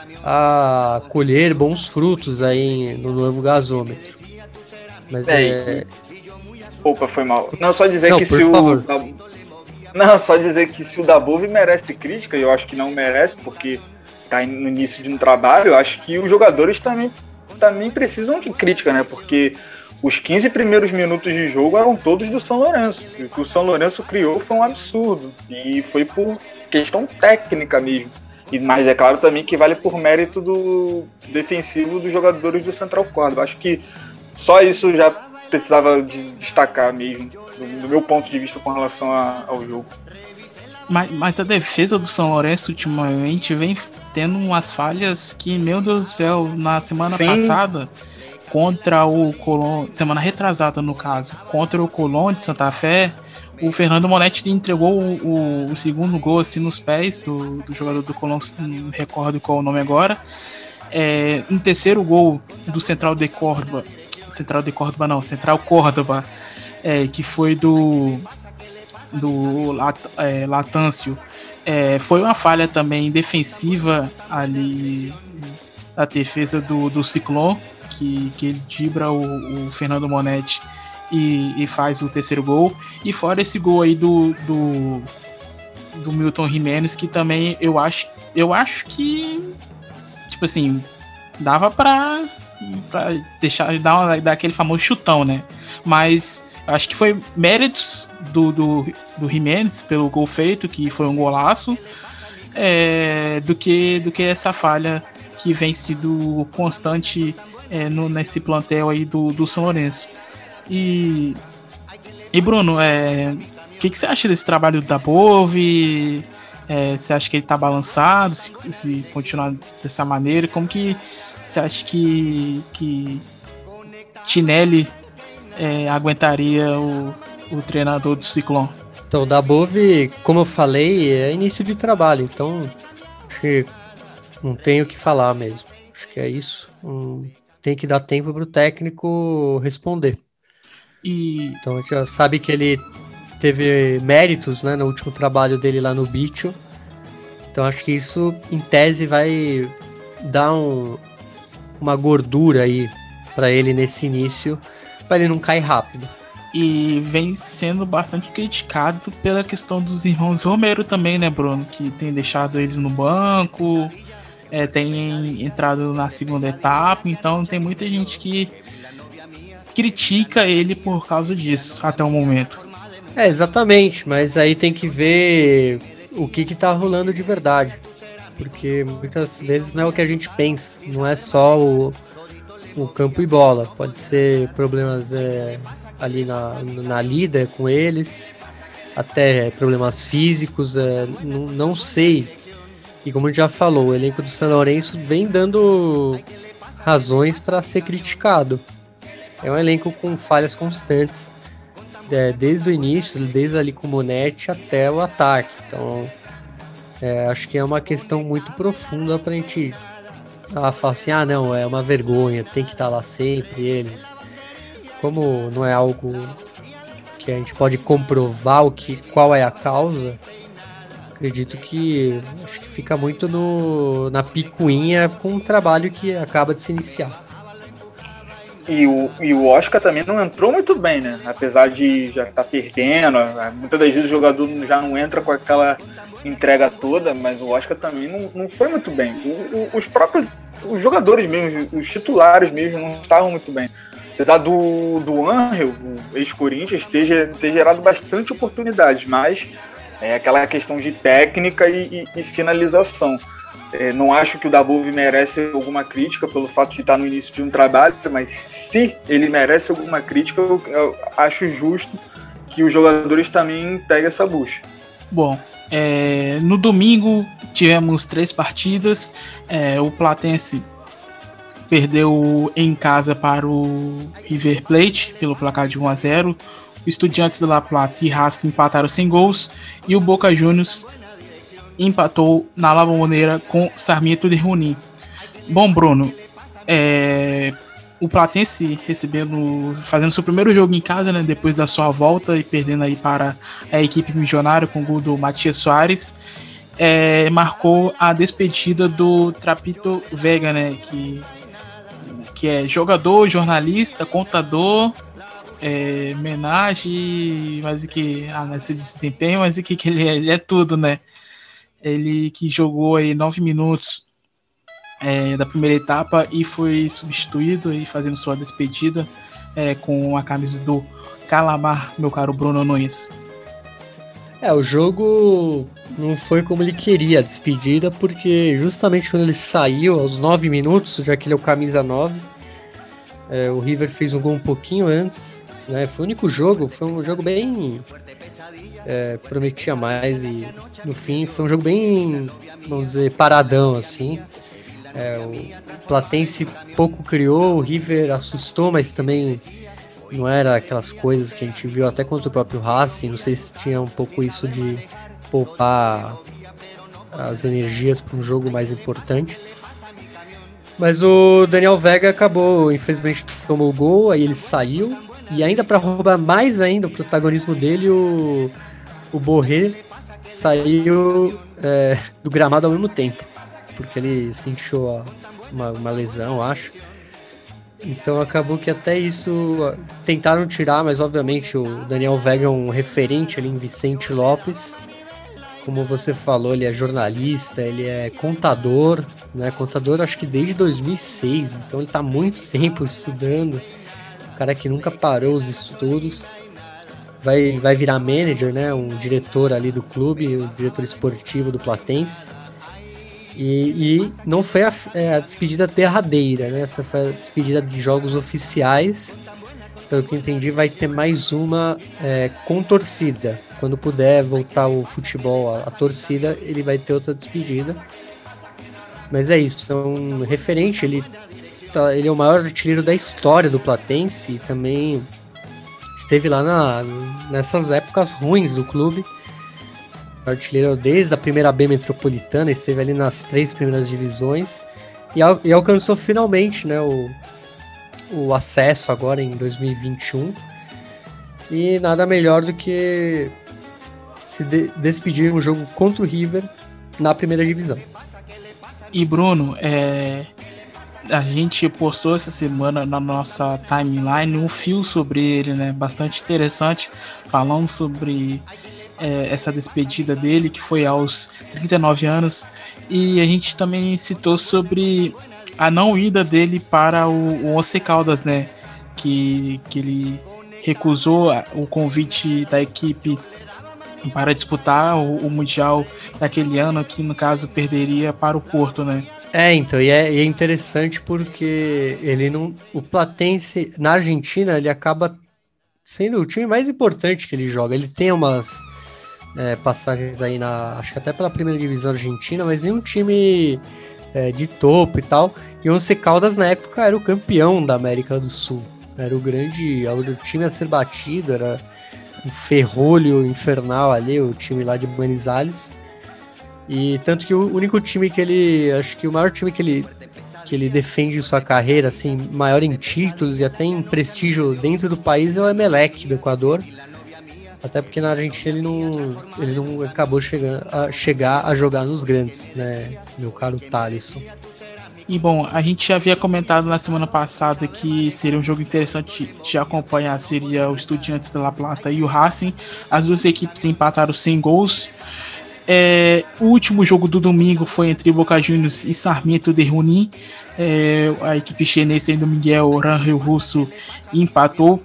a colher bons frutos aí no novo gasômetro. Mas é... é... Opa, foi mal. Não, só dizer não, que se favor. o... Não, só dizer que se o Dabove merece crítica, eu acho que não merece, porque tá no início de um trabalho, eu acho que os jogadores também também precisam de crítica, né? Porque os quinze primeiros minutos de jogo eram todos do São Lourenço. O que o São Lourenço criou foi um absurdo. E foi por questão técnica mesmo. E, mas é claro também que vale por mérito do defensivo dos jogadores do Central Córdoba. Acho que só isso já precisava de destacar mesmo, do, do meu ponto de vista com relação a, ao jogo. Mas, mas a defesa do São Lourenço ultimamente vem tendo umas falhas que, meu Deus do céu, na semana Sim. passada, contra o Colón, semana retrasada no caso, contra o Colón de Santa Fé, o Fernando Monetti entregou o, o, o segundo gol assim nos pés do, do jogador do Colón, não recordo qual o nome agora. É, no terceiro gol do Central de Córdoba, Central de Córdoba não, Central Córdoba, é, que foi do do Lat, é, Latâncio, é, foi uma falha também defensiva ali da defesa do, do Ciclone, que, que ele dibra o, o Fernando Monetti e, e faz o terceiro gol. E fora esse gol aí do, do, do Milton Jiménez, que também eu acho, eu acho que, tipo assim, dava pra, pra deixar, dar, uma, dar aquele famoso chutão, né? Mas acho que foi méritos do, do, do Jiménez pelo gol feito, que foi um golaço, é, do, que, do que essa falha que vem sido constante é, no, nesse plantel aí do, do São Lourenço. E, e Bruno, é, o que, que você acha desse trabalho da Bove? É, você acha que ele tá balançado, se, se continuar dessa maneira? Como que você acha que, que Tinelli é, aguentaria o, o treinador do Ciclone? Então, o Dabove, como eu falei, é início de trabalho, então acho que não tenho o que falar mesmo. Acho que é isso. Hum, tem que dar tempo para o técnico responder. E... Então a gente já sabe que ele teve méritos, né, no último trabalho dele lá no Bicho. Então acho que isso, em tese, vai dar um, uma gordura aí para ele nesse início, para ele não cair rápido. E vem sendo bastante criticado pela questão dos irmãos Romero também, né, Bruno? Que tem deixado eles no banco, é, tem entrado na segunda etapa, então tem muita gente que critica ele por causa disso, até o momento. É, exatamente, mas aí tem que ver o que que tá rolando de verdade. Porque muitas vezes não é o que a gente pensa, não é só o, o campo e bola. Pode ser problemas é, ali na, na lida com eles, até problemas físicos, é, não, não sei. E como a gente já falou, o elenco do São Lourenço vem dando razões para ser criticado. É um elenco com falhas constantes, é, desde o início, desde ali com o Monetti até o ataque. Então, é, acho que é uma questão muito profunda pra gente ah, falar assim, ah não, é uma vergonha, tem que estar lá sempre eles. Como não é algo que a gente pode comprovar o que, qual é a causa, acredito que acho que fica muito no, na picuinha com um trabalho que acaba de se iniciar. E o, e o Oscar também não entrou muito bem, né? Apesar de já estar perdendo, muitas das vezes o jogador já não entra com aquela entrega toda, mas o Oscar também não, não foi muito bem. O, o, os próprios os jogadores mesmo, os titulares mesmo, não estavam muito bem. Apesar do, do Angel, o ex-Corinthians, ter, ter gerado bastante oportunidades, mas é aquela questão de técnica e, e, e finalização. É, não acho que o Dabove merece alguma crítica pelo fato de estar no início de um trabalho, mas se ele merece alguma crítica, eu, eu acho justo que os jogadores também peguem essa bucha. Bom, é, no domingo tivemos três partidas. É, o Platense perdeu em casa para o River Plate pelo placar de um a zero. O Estudiantes de La Plata e Racing empataram sem gols. E o Boca Juniors empatou na La Bombonera com Sarmiento de Junín. Bom, Bruno, é, o Platense recebendo, fazendo seu primeiro jogo em casa, né, depois da sua volta e perdendo aí para a equipe milionária com o gol do Matias Soares, é, marcou a despedida do Trapito Vega, né, que, que é jogador, jornalista, contador, é, homenagem, mas o que, ah, não sei de desempenho, mas o que, que ele é, ele é tudo, né? Ele que jogou aí nove minutos é, da primeira etapa e foi substituído aí fazendo sua despedida é, com a camisa do Calamar, meu caro Bruno Nunes. É, o jogo não foi como ele queria a despedida, porque justamente quando ele saiu aos nove minutos, já que ele é o camisa nove, é, o River fez um gol um pouquinho antes, né? Foi o único jogo, foi um jogo bem... É, prometia mais e no fim foi um jogo bem, vamos dizer, paradão assim. É, o Platense pouco criou, o River assustou, mas também não era aquelas coisas que a gente viu até contra o próprio Racing. Não sei se tinha um pouco isso de poupar as energias para um jogo mais importante. Mas o Daniel Vega acabou, infelizmente tomou o gol, aí ele saiu. E ainda para roubar mais ainda o protagonismo dele, o, o Borré saiu é, do gramado ao mesmo tempo, porque ele sentiu uma, uma lesão, acho. Então acabou que até isso tentaram tirar, mas obviamente o Daniel Vega é um referente ali em Vicente Lopes. Como você falou, ele é jornalista, ele é contador, né? Contador acho que desde dois mil e seis, então ele está há muito tempo estudando. Cara que nunca parou os estudos, vai, vai virar manager, né, um diretor ali do clube, o diretor esportivo do Platense, e, e não foi a, é, a despedida derradeira, né, essa foi a despedida de jogos oficiais. Pelo que eu entendi, vai ter mais uma é, com torcida, quando puder voltar o futebol, a, a torcida, ele vai ter outra despedida. Mas é isso, então, referente, ele, tá, ele é o maior artilheiro da história do Platense e também esteve lá na, nessas épocas ruins do clube. Artilheiro desde a primeira B metropolitana, esteve ali nas três primeiras divisões e, al, e alcançou finalmente, né, o, o acesso agora em dois mil e vinte e um. E nada melhor do que se de, despedir um jogo contra o River na primeira divisão. E Bruno, é, a gente postou essa semana na nossa timeline um fio sobre ele, né, bastante interessante, falando sobre é, essa despedida dele, que foi aos trinta e nove anos, e a gente também citou sobre a não ida dele para o, o Once Caldas, né, que, que ele recusou o convite da equipe para disputar o, o Mundial daquele ano, que no caso perderia para o Porto, né? É, então, e é, e é interessante porque ele não, o Platense na Argentina, ele acaba sendo o time mais importante que ele joga. Ele tem umas é, passagens aí na, acho que até pela primeira divisão argentina, mas nenhum time é, de topo e tal. E o Once Caldas na época era o campeão da América do Sul. Era o grande, o time a ser batido, era um ferrolho infernal ali, o time lá de Manizales. E tanto que o único time que ele, acho que o maior time que ele, que ele defende em sua carreira, assim, maior em títulos e até em prestígio dentro do país é o Emelec do Equador. Até porque na Argentina ele não, ele não acabou chegando a, chegar a jogar nos grandes, né, meu caro Thalisson. E bom, a gente já havia comentado na semana passada que seria um jogo interessante de acompanhar, seria o Estudiantes de La Plata e o Racing. As duas equipes empataram sem gols. É, o último jogo do domingo foi entre Boca Juniors e Sarmiento de Junín. É, a equipe chinesa do Miguel Rangel Russo empatou.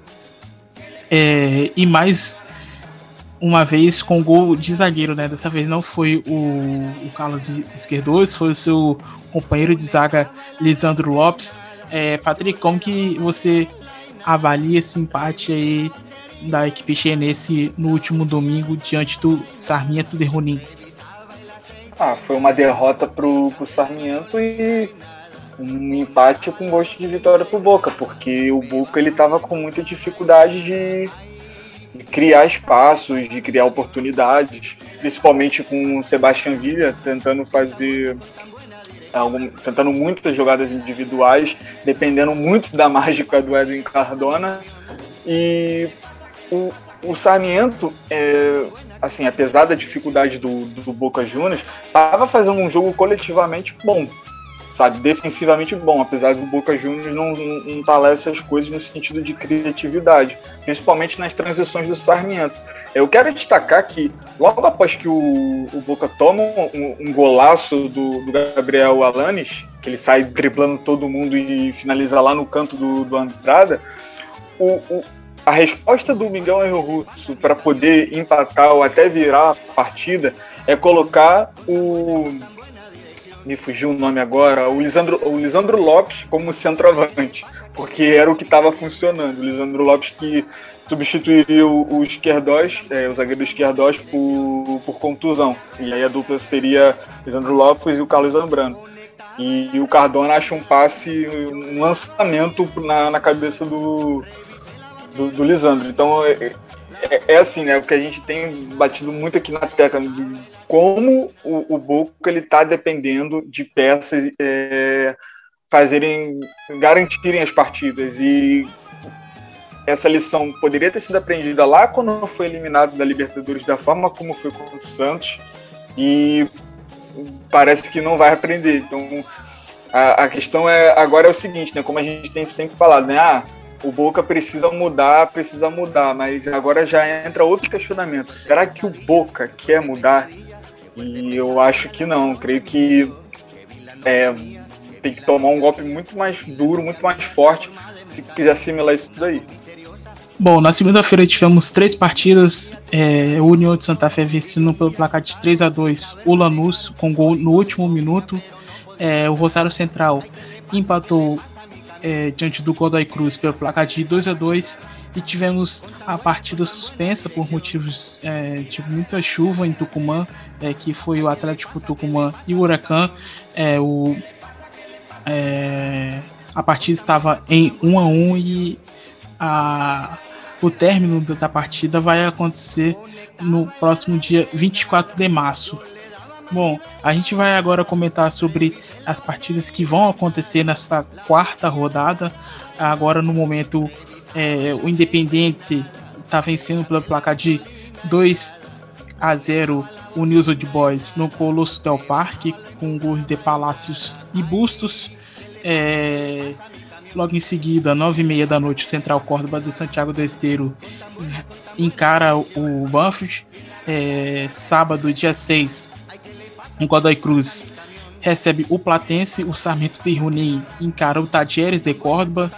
É, e mais uma vez com gol de zagueiro, né? Dessa vez não foi o, o Carlos Esquerdoz, foi o seu companheiro de zaga Lisandro Lopes. É, Patrick, como que você avalia esse empate aí da equipe chinense no último domingo diante do Sarmiento de Junín? Ah, foi uma derrota pro, pro Sarmiento e um empate com gosto de vitória pro Boca, porque o Boca ele tava com muita dificuldade de de criar espaços, de criar oportunidades, principalmente com o Sebastián Villa tentando fazer algum, tentando muitas jogadas individuais, dependendo muito da mágica do Edwin Cardona. E o, o Sarmiento, é, assim, apesar da dificuldade do, do Boca Juniors, estava fazendo um jogo coletivamente bom, sabe, defensivamente bom, apesar do Boca Juniors não, não, não talar essas coisas no sentido de criatividade, principalmente nas transições do Sarmiento. Eu quero destacar que, logo após que o, o Boca toma um, um golaço do, do Gabriel Alanis, que ele sai driblando todo mundo e finaliza lá no canto do, do Andrada, o, o, a resposta do Miguel Angel Russo para poder empatar ou até virar a partida é colocar o... me fugiu o nome agora, o Lisandro, o Lisandro Lopes como centroavante, porque era o que estava funcionando. O Lisandro Lopes que substituiria o, o Esquerdós, é, o zagueiro Esquerdós por, por contusão. E aí a dupla seria Lisandro Lopes e o Carlos Zambrano. E, e o Cardona acha um passe, um lançamento na, na cabeça do, do, do Lisandro. Então é, é, é assim, né? O que a gente tem batido muito aqui na tecla de como o, o Boca ele está dependendo de peças é, fazerem, garantirem as partidas. E essa lição poderia ter sido aprendida lá quando foi eliminado da Libertadores, da forma como foi contra o Santos, e parece que não vai aprender. Então a, a questão é, agora é o seguinte, né? Como a gente tem sempre falado, né? Ah, o Boca precisa mudar, precisa mudar, mas agora já entra outro questionamento. Será que o Boca quer mudar? E eu acho que não. Creio que é, tem que tomar um golpe muito mais duro, muito mais forte, se quiser assimilar isso tudo aí. Bom, na segunda-feira tivemos três partidas. É, o União de Santa Fé vencendo pelo placar de três a dois o Lanús com gol no último minuto. É, o Rosário Central empatou é, diante do Godoy Cruz pelo placar de dois a dois, e tivemos a partida suspensa por motivos é, de muita chuva em Tucumã, é, que foi o Atlético Tucumã e o Huracan. É, o, é, a partida estava em um a um e a, o término da partida vai acontecer no próximo dia vinte e quatro de março. Bom, a gente vai agora comentar sobre as partidas que vão acontecer nesta quarta rodada. Agora, no momento, é, o Independiente está vencendo pelo placar de dois a zero o News Old Boys no Colosso del Parque, com gols de Palácios e Bustos. É, logo em seguida, nove e meia da noite, o Central Córdoba de Santiago do Esteiro encara o Banfield. É, sábado, dia seis, o Godoy Cruz recebe o Platense, o Sarmiento de Junín encara o Tadieres de Córdoba.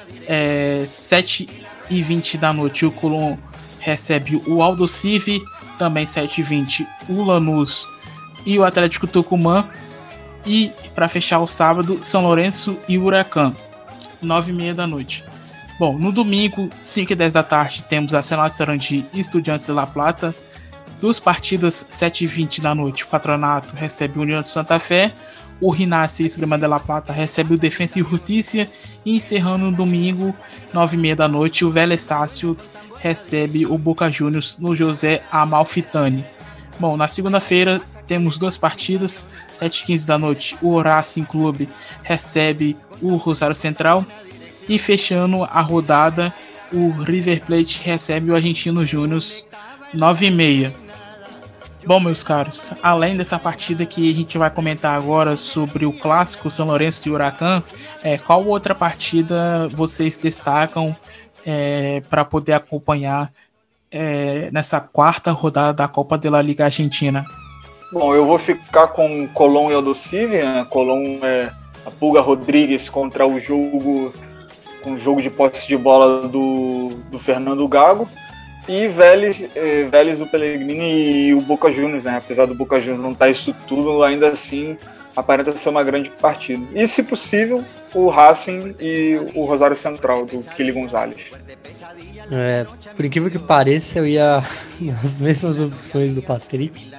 É, sete e vinte da noite, o Colón recebe o Aldosivi, também sete e vinte o Lanús e o Atlético Tucumã. E para fechar o sábado, São Lourenço e Huracan, nove e meia da noite. Bom, no domingo, cinco e dez da tarde, temos Arsenal de Sarandi e Estudiantes de La Plata. Duas partidas, sete e vinte da noite, o Patronato recebe o União de Santa Fé, o Rinácia e Esgrima de La Plata recebe o Defensa e Justiça, e encerrando no domingo, nove e meia da noite, o Vélez Sácio recebe o Boca Juniors no José Amalfitani. Bom, na segunda-feira temos duas partidas, sete e quinze da noite, o Racing Clube recebe o Rosário Central, e fechando a rodada, o River Plate recebe o Argentino Júnior, nove e meia. Bom, meus caros, além dessa partida que a gente vai comentar agora sobre o clássico São Lourenço e Huracan, é, qual outra partida vocês destacam é, para poder acompanhar é, nessa quarta rodada da Copa de la Liga Argentina? Bom, eu vou ficar com Colón e Aldosivi, né? Colón é a Pulga Rodrigues contra o jogo, com o jogo de posse de bola do, do Fernando Gago. E Vélez, eh, Vélez do Pellegrini e o Boca Juniors, né? Apesar do Boca Juniors não estar isso tudo, ainda assim aparenta ser uma grande partida. E, se possível, o Racing e o Rosário Central, do Kili Gonzalez. É, por incrível que pareça, eu ia nas mesmas opções do Patrick.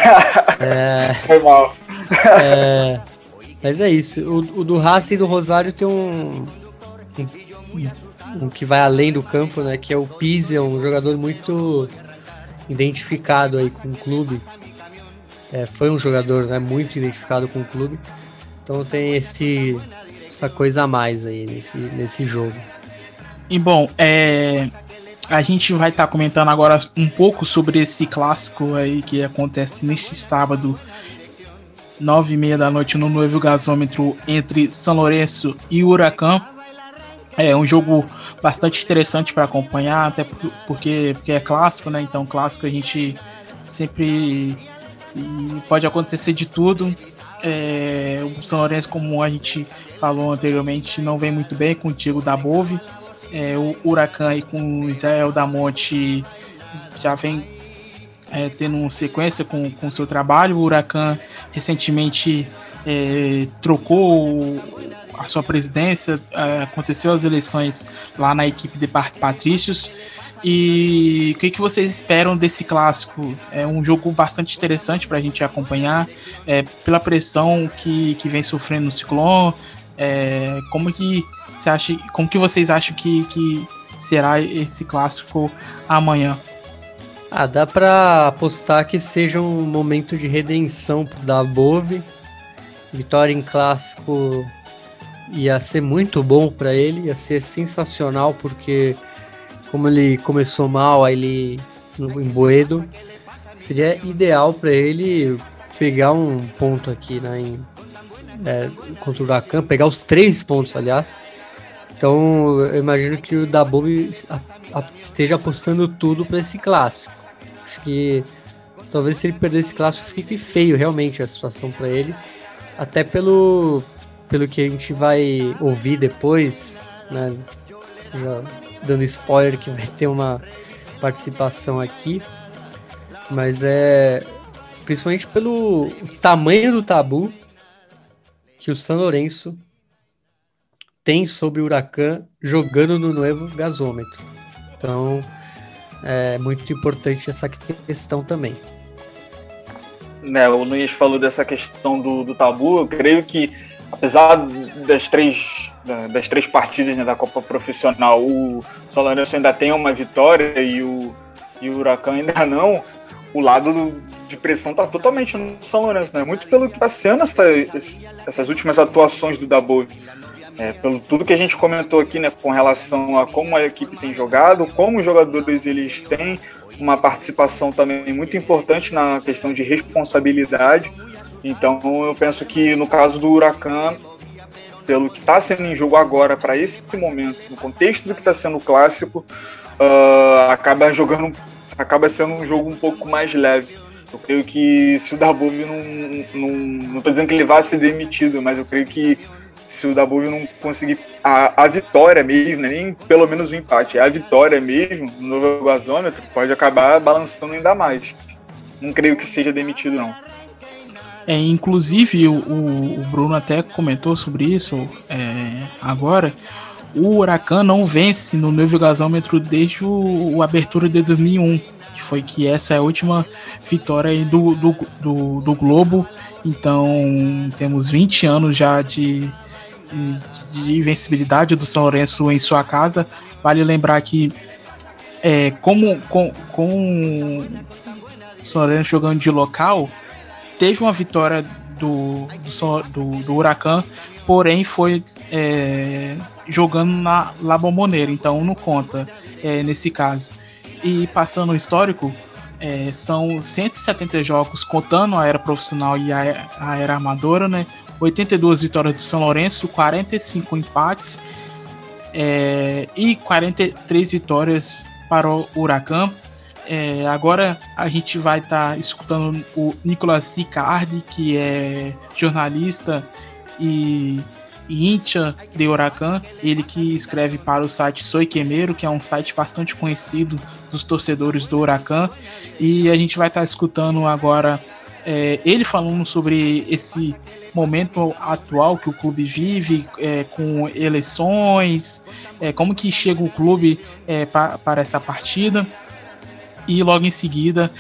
é, Foi mal. é, mas é isso. O, o do Racing e do Rosário tem um... um um que vai além do campo, né, que é o Pizzi, é um jogador muito identificado aí com o clube, é, foi um jogador, né, muito identificado com o clube, então tem esse, essa coisa a mais aí nesse, nesse jogo. E bom, é, a gente vai estar tá comentando agora um pouco sobre esse clássico aí que acontece neste sábado, nove e meia da noite, no Novo Gasômetro, entre São Lourenço e Huracan. É um jogo bastante interessante para acompanhar, até porque, porque é clássico, né? Então, clássico a gente sempre pode acontecer de tudo. É, o São Lourenço, como a gente falou anteriormente, não vem muito bem com o Diego Dabove. É, o Huracan e com o Israel Damonte já vem é, tendo sequência com o seu trabalho. O Huracan recentemente é, trocou a sua presidência, é, aconteceu as eleições lá na equipe de Parque Patrícios. E o que, que vocês esperam desse clássico? É um jogo bastante interessante para a gente acompanhar, é, pela pressão que, que vem sofrendo o Ciclone. É, como que você acha, como que vocês acham que, que será esse clássico amanhã? Ah, dá para apostar que seja um momento de redenção pro Dabove. Vitória em clássico ia ser muito bom para ele, ia ser sensacional, porque como ele começou mal aí ele no, em Boedo, seria ideal para ele pegar um ponto aqui, né, em, é, contra o Huracan, pegar os três pontos, aliás. Então eu imagino que o Dabove esteja apostando tudo para esse clássico. Acho que talvez se ele perder esse clássico fique feio realmente a situação para ele, até pelo pelo que a gente vai ouvir depois, né? Já dando spoiler que vai ter uma participação aqui, mas é principalmente pelo tamanho do tabu que o São Lourenço tem sobre o Huracan jogando no novo gasômetro. Então, é muito importante essa questão também. Né, o Nunes falou dessa questão do, do tabu. Eu creio que, apesar das três, das três partidas, né, da Copa Profissional, o São Lourenço ainda tem uma vitória e o, e o Huracan ainda não, o lado do, de pressão está totalmente no São Lourenço, né? Muito pelo que está sendo essa, essas últimas atuações do Dabu. É, pelo tudo que a gente comentou aqui, né, com relação a como a equipe tem jogado, como os jogadores eles têm uma participação também muito importante na questão de responsabilidade. Então eu penso que no caso do Huracan, pelo que está sendo em jogo agora, para esse momento, no contexto do que está sendo o clássico, uh, acaba jogando, acaba sendo um jogo um pouco mais leve. Eu creio que se o Dabu não, não, não estou dizendo que ele vai ser demitido, mas eu creio que se o Dabu não conseguir a, a vitória mesmo, né, nem pelo menos o empate, a vitória mesmo no novo gasômetro, pode acabar balançando ainda mais. Não creio que seja demitido, não. É, inclusive, o, o Bruno até comentou sobre isso é, agora. O Huracan não vence no novo gasômetro desde o, o abertura de dois mil e um, que foi que essa é a última vitória aí do, do, do, do Globo. Então, temos vinte anos já de de invencibilidade do São Lourenço em sua casa. Vale lembrar que é, como com, com o São Lourenço jogando de local, teve uma vitória do, do, do, do Huracan, porém foi é, jogando na La Bombonera, então não conta é, nesse caso. E passando o histórico, é, são cento e setenta jogos contando a era profissional e a, a era amadora, né? oitenta e duas vitórias do São Lourenço, quarenta e cinco empates é, e quarenta e três vitórias para o Huracan. É, agora a gente vai estar tá escutando o Nicolas Icardi, que é jornalista e, e íntia de Huracan, ele que escreve para o site Soy Quemeiro, que é um site bastante conhecido dos torcedores do Huracan, e a gente vai estar tá escutando agora É, ele falando sobre esse momento atual que o clube vive, é, com eleições, é, como que chega o clube é, pa, para essa partida. E logo em seguida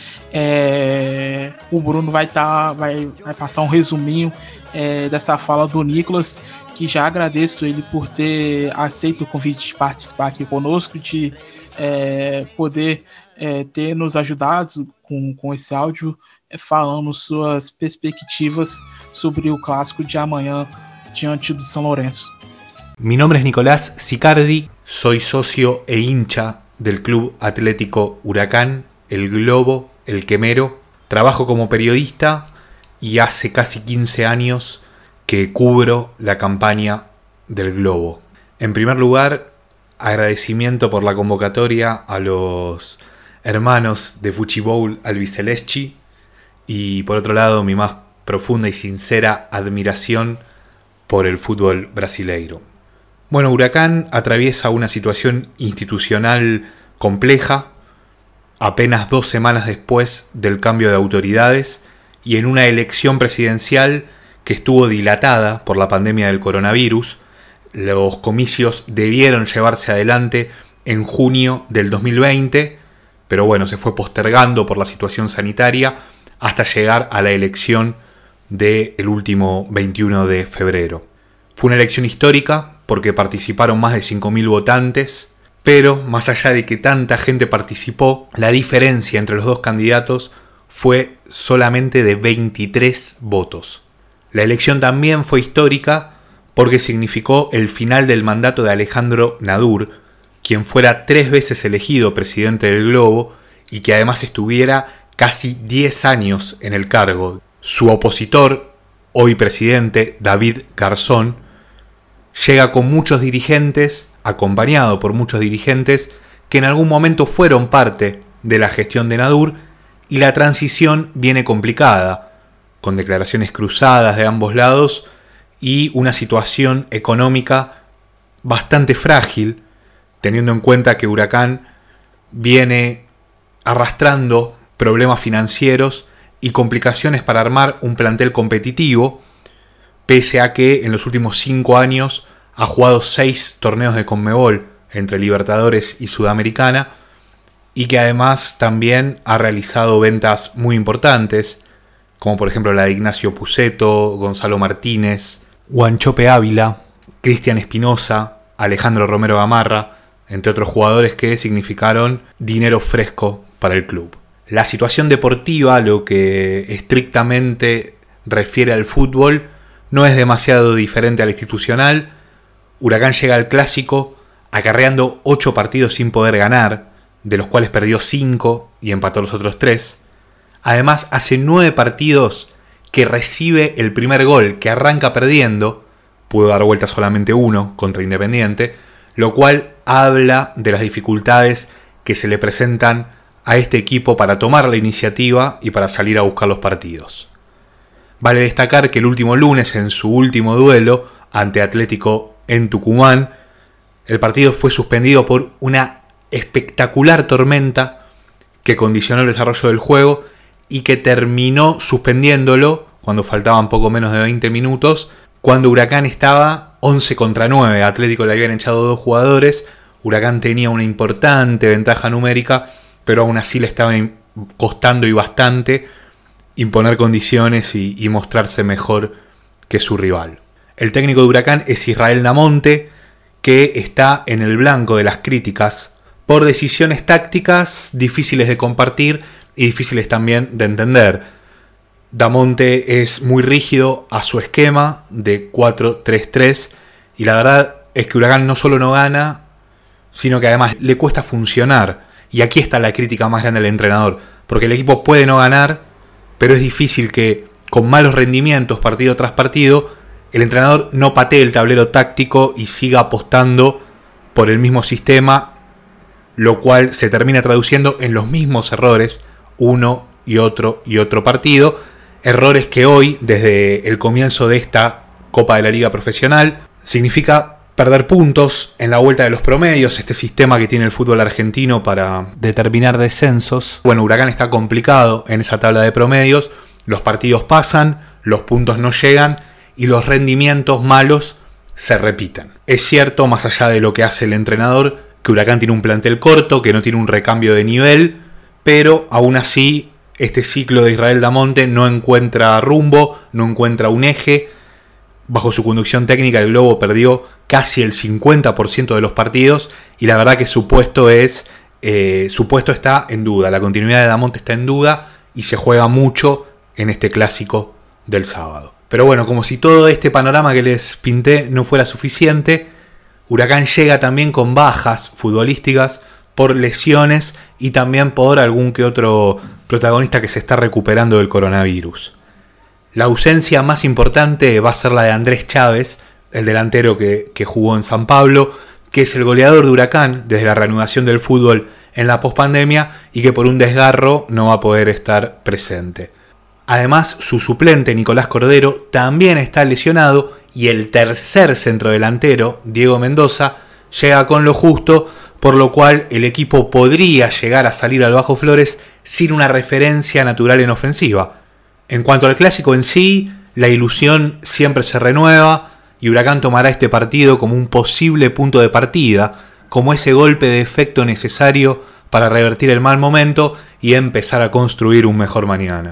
é, o Bruno vai, tá, vai, vai passar um resuminho é, dessa fala do Nicolas, que já agradeço ele por ter aceito o convite de participar aqui conosco, de é, poder é, ter nos ajudado com, com esse áudio, falando suas perspectivas sobre o clássico de amanhã diante do São Lourenço. Mi nombre es Nicolás Sicardi, soy socio e hincha del Club Atlético Huracán, el Globo, el Quemero. Trabajo como periodista y hace casi quince años que cubro la campaña del Globo. En primer lugar, agradecimiento por la convocatoria a los hermanos de Fuchibowl Albicelesti. Y por otro lado, mi más profunda y sincera admiración por el fútbol brasileiro. Bueno, Huracán atraviesa una situación institucional compleja, apenas dos semanas después del cambio de autoridades y en una elección presidencial que estuvo dilatada por la pandemia del coronavirus. Los comicios debieron llevarse adelante en junio del dos mil veinte, pero bueno, se fue postergando por la situación sanitaria hasta llegar a la elección del último veintiuno de febrero. Fue una elección histórica porque participaron más de cinco mil votantes, pero más allá de que tanta gente participó, la diferencia entre los dos candidatos fue solamente de veintitrés votos. La elección también fue histórica porque significó el final del mandato de Alejandro Nadur, quien fuera tres veces elegido presidente del Globo y que además estuviera casi diez años en el cargo. Su opositor, hoy presidente, David Garzón, llega con muchos dirigentes, acompañado por muchos dirigentes que en algún momento fueron parte de la gestión de Nadur, y la transición viene complicada, con declaraciones cruzadas de ambos lados y una situación económica bastante frágil, teniendo en cuenta que Huracán viene arrastrando problemas financieros y complicaciones para armar un plantel competitivo, pese a que en los últimos cinco años ha jugado seis torneos de Conmebol entre Libertadores y Sudamericana, y que además también ha realizado ventas muy importantes, como por ejemplo la de Ignacio Puceto, Gonzalo Martínez, Wanchope Ávila, Cristian Espinosa, Alejandro Romero Gamarra, entre otros jugadores que significaron dinero fresco para el club. La situación deportiva, lo que estrictamente refiere al fútbol, no es demasiado diferente a la institucional. Huracán llega al Clásico acarreando ocho partidos sin poder ganar, de los cuales perdió cinco y empató los otros tres. Además, hace nueve partidos que recibe el primer gol, que arranca perdiendo, pudo dar vuelta solamente uno contra Independiente, lo cual habla de las dificultades que se le presentan a este equipo para tomar la iniciativa y para salir a buscar los partidos. Vale destacar que el último lunes, en su último duelo ante Atlético en Tucumán, el partido fue suspendido por una espectacular tormenta que condicionó el desarrollo del juego y que terminó suspendiéndolo cuando faltaban poco menos de veinte minutos, cuando Huracán estaba once contra nueve. Atlético le habían echado dos jugadores, Huracán tenía una importante ventaja numérica, pero aún así le estaba costando y bastante imponer condiciones y, y mostrarse mejor que su rival. El técnico de Huracán es Israel Damonte, que está en el blanco de las críticas por decisiones tácticas difíciles de compartir y difíciles también de entender. Damonte es muy rígido a su esquema de cuatro tres tres y la verdad es que Huracán no solo no gana, sino que además le cuesta funcionar. Y aquí está la crítica más grande del entrenador, porque el equipo puede no ganar, pero es difícil que con malos rendimientos partido tras partido el entrenador no patee el tablero táctico y siga apostando por el mismo sistema, lo cual se termina traduciendo en los mismos errores uno y otro y otro partido. Errores que hoy, desde el comienzo de esta Copa de la Liga Profesional, significa perder puntos en la vuelta de los promedios, este sistema que tiene el fútbol argentino para determinar descensos. Bueno, Huracán está complicado en esa tabla de promedios, los partidos pasan, los puntos no llegan y los rendimientos malos se repiten. Es cierto, más allá de lo que hace el entrenador, que Huracán tiene un plantel corto, que no tiene un recambio de nivel, pero aún así este ciclo de Israel Damonte no encuentra rumbo, no encuentra un eje. Bajo su conducción técnica el Globo perdió casi el cincuenta por ciento de los partidos y la verdad que su puesto, es, eh, su puesto está en duda, la continuidad de Damonte está en duda y se juega mucho en este clásico del sábado. Pero bueno, como si todo este panorama que les pinté no fuera suficiente, Huracán llega también con bajas futbolísticas por lesiones y también por algún que otro protagonista que se está recuperando del coronavirus. La ausencia más importante va a ser la de Andrés Chávez, el delantero que, que jugó en San Pablo, que es el goleador de Huracán desde la reanudación del fútbol en la pospandemia y que por un desgarro no va a poder estar presente. Además, su suplente Nicolás Cordero también está lesionado y el tercer centrodelantero, Diego Mendoza, llega con lo justo, por lo cual el equipo podría llegar a salir al Bajo Flores sin una referencia natural en ofensiva. En cuanto al clásico en sí, la ilusión siempre se renueva y Huracán tomará este partido como un posible punto de partida, como ese golpe de efecto necesario para revertir el mal momento y empezar a construir un mejor mañana.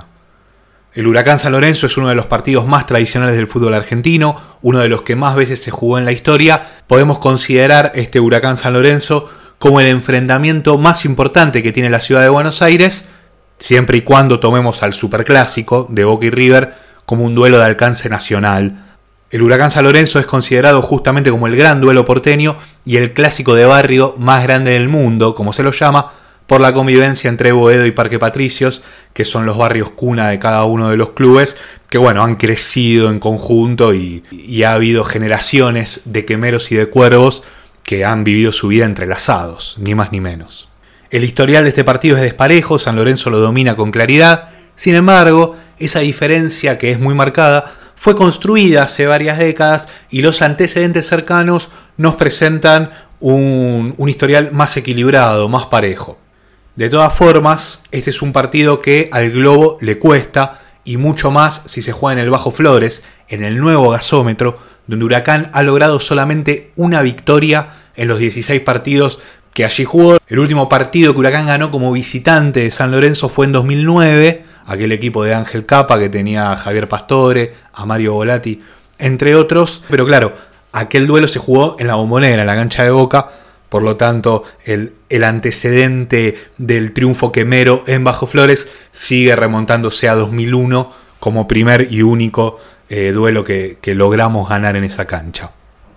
El Huracán San Lorenzo es uno de los partidos más tradicionales del fútbol argentino, uno de los que más veces se jugó en la historia. Podemos considerar este Huracán San Lorenzo como el enfrentamiento más importante que tiene la ciudad de Buenos Aires, siempre y cuando tomemos al superclásico de Boca y River como un duelo de alcance nacional. El Huracán San Lorenzo es considerado justamente como el gran duelo porteño y el clásico de barrio más grande del mundo, como se lo llama, por la convivencia entre Boedo y Parque Patricios, que son los barrios cuna de cada uno de los clubes, que bueno, han crecido en conjunto y, y ha habido generaciones de quemeros y de cuervos que han vivido su vida entrelazados, ni más ni menos. El historial de este partido es desparejo, San Lorenzo lo domina con claridad, sin embargo, esa diferencia que es muy marcada fue construida hace varias décadas y los antecedentes cercanos nos presentan un, un historial más equilibrado, más parejo. De todas formas, este es un partido que al Globo le cuesta y mucho más si se juega en el Bajo Flores, en el nuevo gasómetro, donde Huracán ha logrado solamente una victoria en los dieciséis partidos que allí jugó. El último partido que Huracán ganó como visitante de San Lorenzo fue en dos mil nueve, aquel equipo de Ángel Capa que tenía a Javier Pastore, a Mario Volati, entre otros. Pero claro, aquel duelo se jugó en la Bombonera, en la cancha de Boca. Por lo tanto, el, el antecedente del triunfo quemero en Bajo Flores sigue remontándose a dos mil uno como primer y único eh, duelo que, que logramos ganar en esa cancha.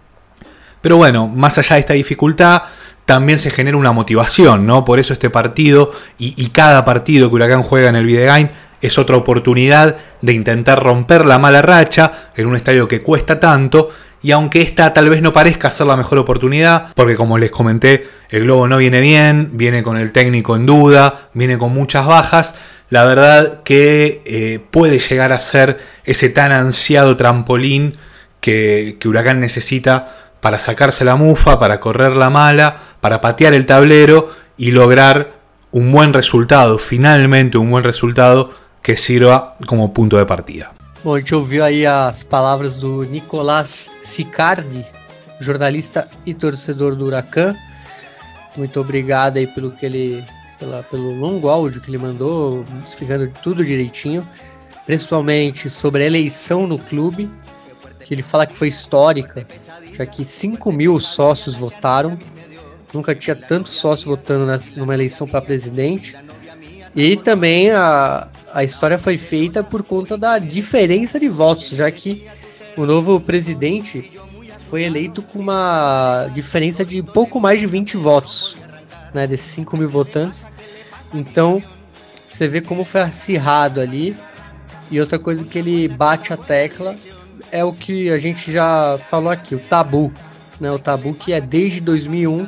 Pero bueno, más allá de esta dificultad, también se genera una motivación, ¿no? Por eso este partido y, y cada partido que Huracán juega en el Videgain es otra oportunidad de intentar romper la mala racha en un estadio que cuesta tanto. Y aunque esta tal vez no parezca ser la mejor oportunidad, porque como les comenté, el Globo no viene bien, viene con el técnico en duda, viene con muchas bajas, la verdad que eh, puede llegar a ser ese tan ansiado trampolín que, que Huracán necesita para sacarse la mufa, para correr la mala, para patear el tablero y lograr un buen resultado, finalmente un buen resultado que sirva como punto de partida. Bom, a gente ouviu aí as palavras do Nicolás Sicardi, jornalista e torcedor do Huracán. Muito obrigado aí pelo, que ele, pela, pelo longo áudio que ele mandou, explicando tudo direitinho, principalmente sobre a eleição no clube, que ele fala que foi histórica, já que cinco mil sócios votaram, nunca tinha tantos sócios votando nessa, numa eleição para presidente. E também a, a história foi feita por conta da diferença de votos, já que o novo presidente foi eleito com uma diferença de pouco mais de vinte votos, né, desses cinco mil votantes. Então, você vê como foi acirrado ali. E outra coisa que ele bate a tecla é o que a gente já falou aqui, o tabu. Né, o tabu que é desde dois mil e um,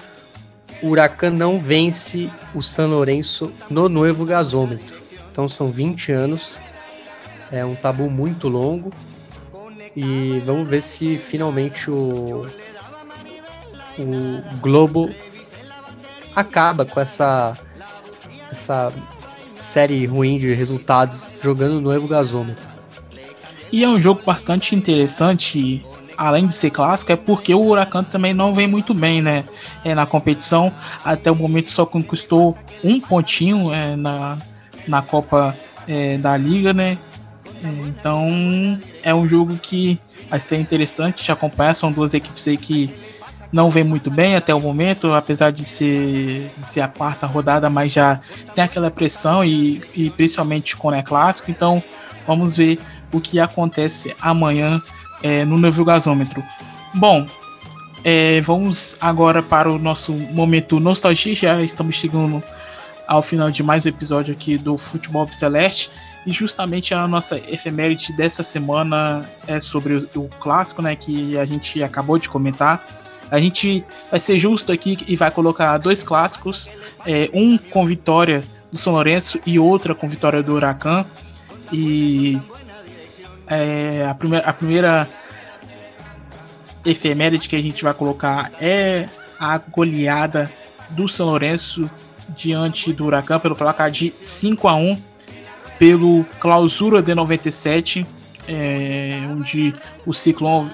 o Huracán não vence o San Lorenzo no Nuevo Gasômetro. Então são vinte anos, é um tabu muito longo. E vamos ver se finalmente o, o Globo acaba com essa, essa série ruim de resultados jogando no Nuevo Gasômetro. E é um jogo bastante interessante, além de ser clássico, é porque o Huracán também não vem muito bem, né? É, na competição, até o momento só conquistou um pontinho é, na, na Copa é, da Liga, né? Então é um jogo que vai ser interessante de acompanhar. São duas equipes aí que não vem muito bem até o momento, apesar de ser, de ser a quarta rodada, mas já tem aquela pressão e, e principalmente quando é clássico. Então vamos ver o que acontece amanhã É, no Nuevo Gasômetro. Bom, é, vamos agora para o nosso momento nostalgia. Já estamos chegando ao final de mais um episódio aqui do Futebol Celeste. E justamente a nossa efeméride dessa semana é sobre o, o clássico, né, que a gente acabou de comentar. A gente vai ser justo aqui e vai colocar dois clássicos, é, um com vitória do São Lourenço e outra com vitória do Huracán. E É, a, primeira, a primeira efeméride que a gente vai colocar é a goleada do São Lourenço diante do Huracán pelo placar de cinco a um pelo Clausura de noventa e sete, é, onde o Ciclone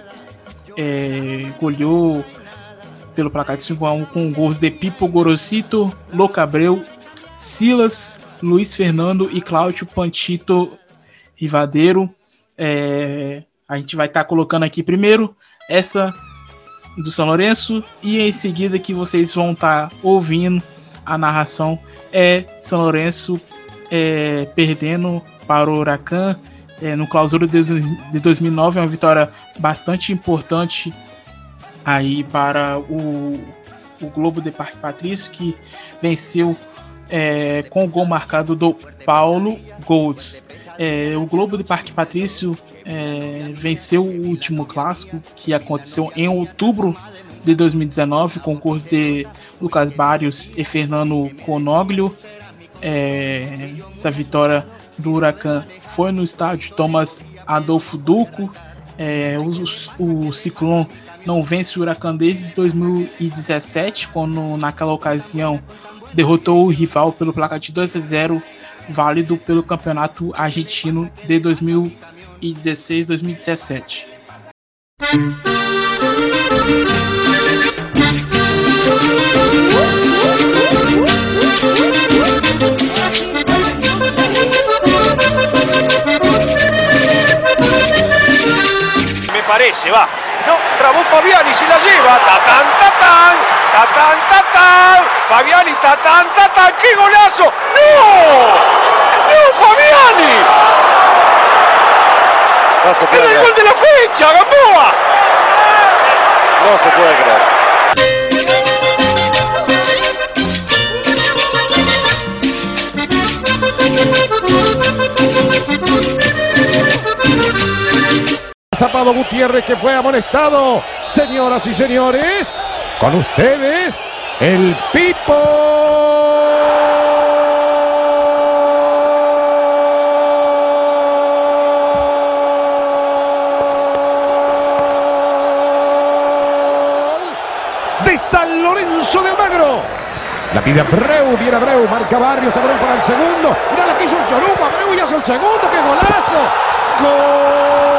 é, goleou pelo placar de cinco a um com gols de Pipo Gorosito, Louco Abreu, Silas, Luiz Fernando e Cláudio Pantito Rivadeiro. É, a gente vai estar tá colocando aqui primeiro essa do São Lourenço e em seguida que vocês vão estar tá ouvindo a narração é São Lourenço é, perdendo para o Huracán é, no Clausura de, de dois mil e nove, uma vitória bastante importante aí para o, o Globo de Parque Patrício, que venceu é, com o gol marcado do Paulo Golds. É, o Globo de Parque Patrício é, venceu o último clássico, que aconteceu em outubro de dois mil e dezenove, com gols de Lucas Barrios e Fernando Conoglio. É, essa vitória do Huracán foi no estádio Thomas Adolfo Duco. É, o, o Ciclone não vence o Huracán desde dois mil e dezessete, quando naquela ocasião derrotou o rival pelo placar de dois a zero, válido pelo campeonato argentino de dois mil e dezesseis dois mil e dezessete. Me parece, va. No, trabó Fabiani, se la lleva. Tatán, tatán, tatán, tatán. Fabiani, tatán, tatán. ¡Qué golazo! ¡No! ¡No, Fabiani! No se puede ¡Era el creer. gol de la fecha, Gamboa! No se puede creer. Zapado Gutiérrez, que fue amonestado. Señoras y señores, con ustedes, el Pipo de San Lorenzo de Almagro. La pide Abreu, viene Abreu, marca Barrios, Abreu para el segundo. Mirá la que hizo el Choruco, Abreu y hace el segundo, ¡qué golazo! ¡Gol!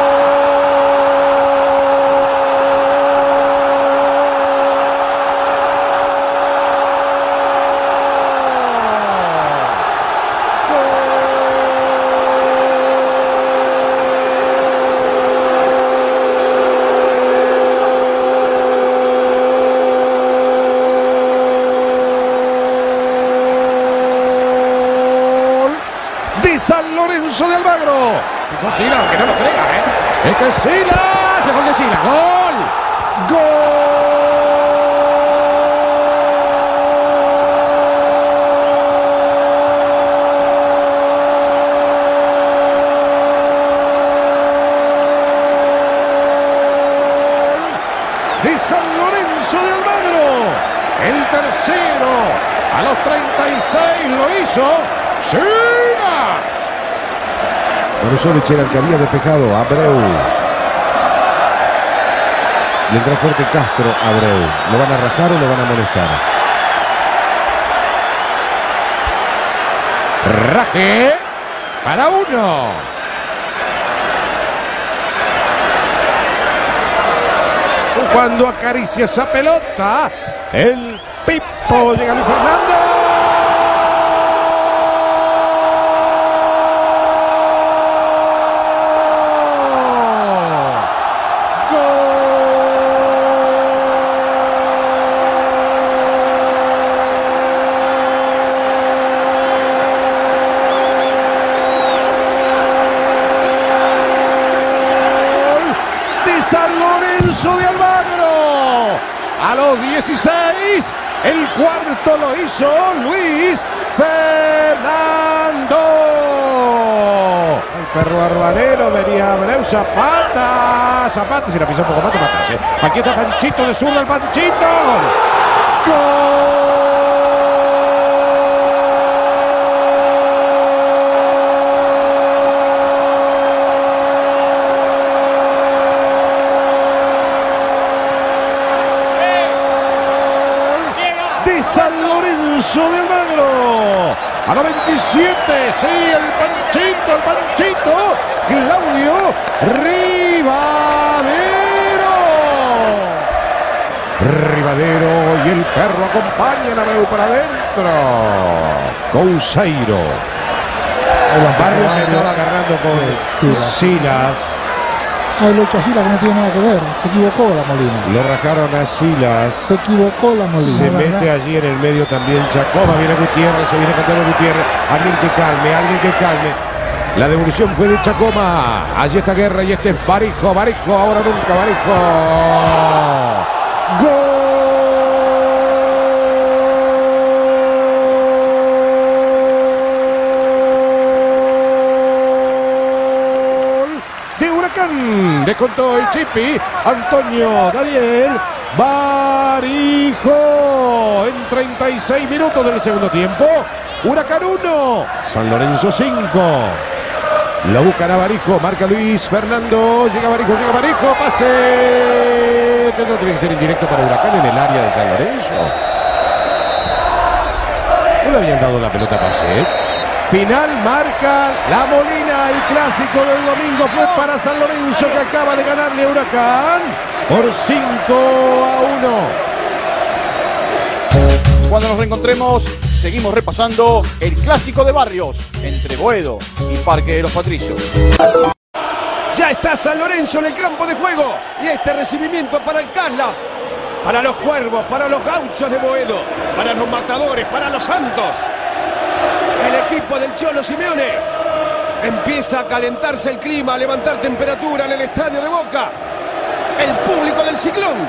San Lorenzo de Almagro. Dijo Sila, aunque no lo crea, ¿eh? Es que Sila, se gol de Sila, gol, gol. De San Lorenzo de Almagro, el tercero, a los treinta y seis lo hizo Sila. Borusovich era el que había despejado. Abreu. Le entró fuerte Castro. Abreu. ¿Lo van a rajar o lo van a molestar? Raje. Para uno. Cuando acaricia esa pelota, el Pipo, llega Luis Fernando. San Lorenzo de Almagro. A los dieciséis, el cuarto lo hizo Luis Fernando. El perro arbanero, venía Abreu, Zapata. Zapata, si la pisó un poco más, te matas, ¿eh? Aquí está Panchito de zurda, el Panchito. ¡Gol! San Lorenzo de Almagro. A los veintisiete, sí, el Panchito, el Panchito. Claudio Rivadero. Rivadero y el perro acompañan a Abreu para adentro. Couseiro. Barrios se estaba agarrando con Silas. Ay, lo hecho a Silas que no tiene nada que ver. Se equivocó la Molina. Lo rajaron a Silas. Se equivocó la Molina. Se mete allí en el medio también Chacoma. Viene Gutiérrez, se viene cantando Gutiérrez. Alguien que calme, alguien que calme. La devolución fue de Chacoma. Allí está Guerra y este es Barijo. Barijo, ahora nunca, Barijo. ¡Gol! Descontó el Chipi. Antonio Daniel Barijo. En treinta y seis minutos del segundo tiempo. Huracán uno. San Lorenzo cinco. Lo buscan a Barijo. Marca Luis Fernando. Llega Barijo, llega Barijo. Pase. Esto tiene que ser indirecto para Huracán en el área de San Lorenzo. No le habían dado la pelota a pase. Final marca La Molina. El clásico del domingo fue para San Lorenzo, que acaba de ganarle a Huracán por cinco a uno. Cuando nos reencontremos, seguimos repasando el clásico de barrios entre Boedo y Parque de los Patricios. Ya está San Lorenzo en el campo de juego y este recibimiento para el Casla, para los Cuervos, para los Gauchos de Boedo, para los Matadores, para los Santos. El equipo del Cholo Simeone empieza a calentarse el clima, a levantar temperatura en el estadio de Boca. El público del Ciclón.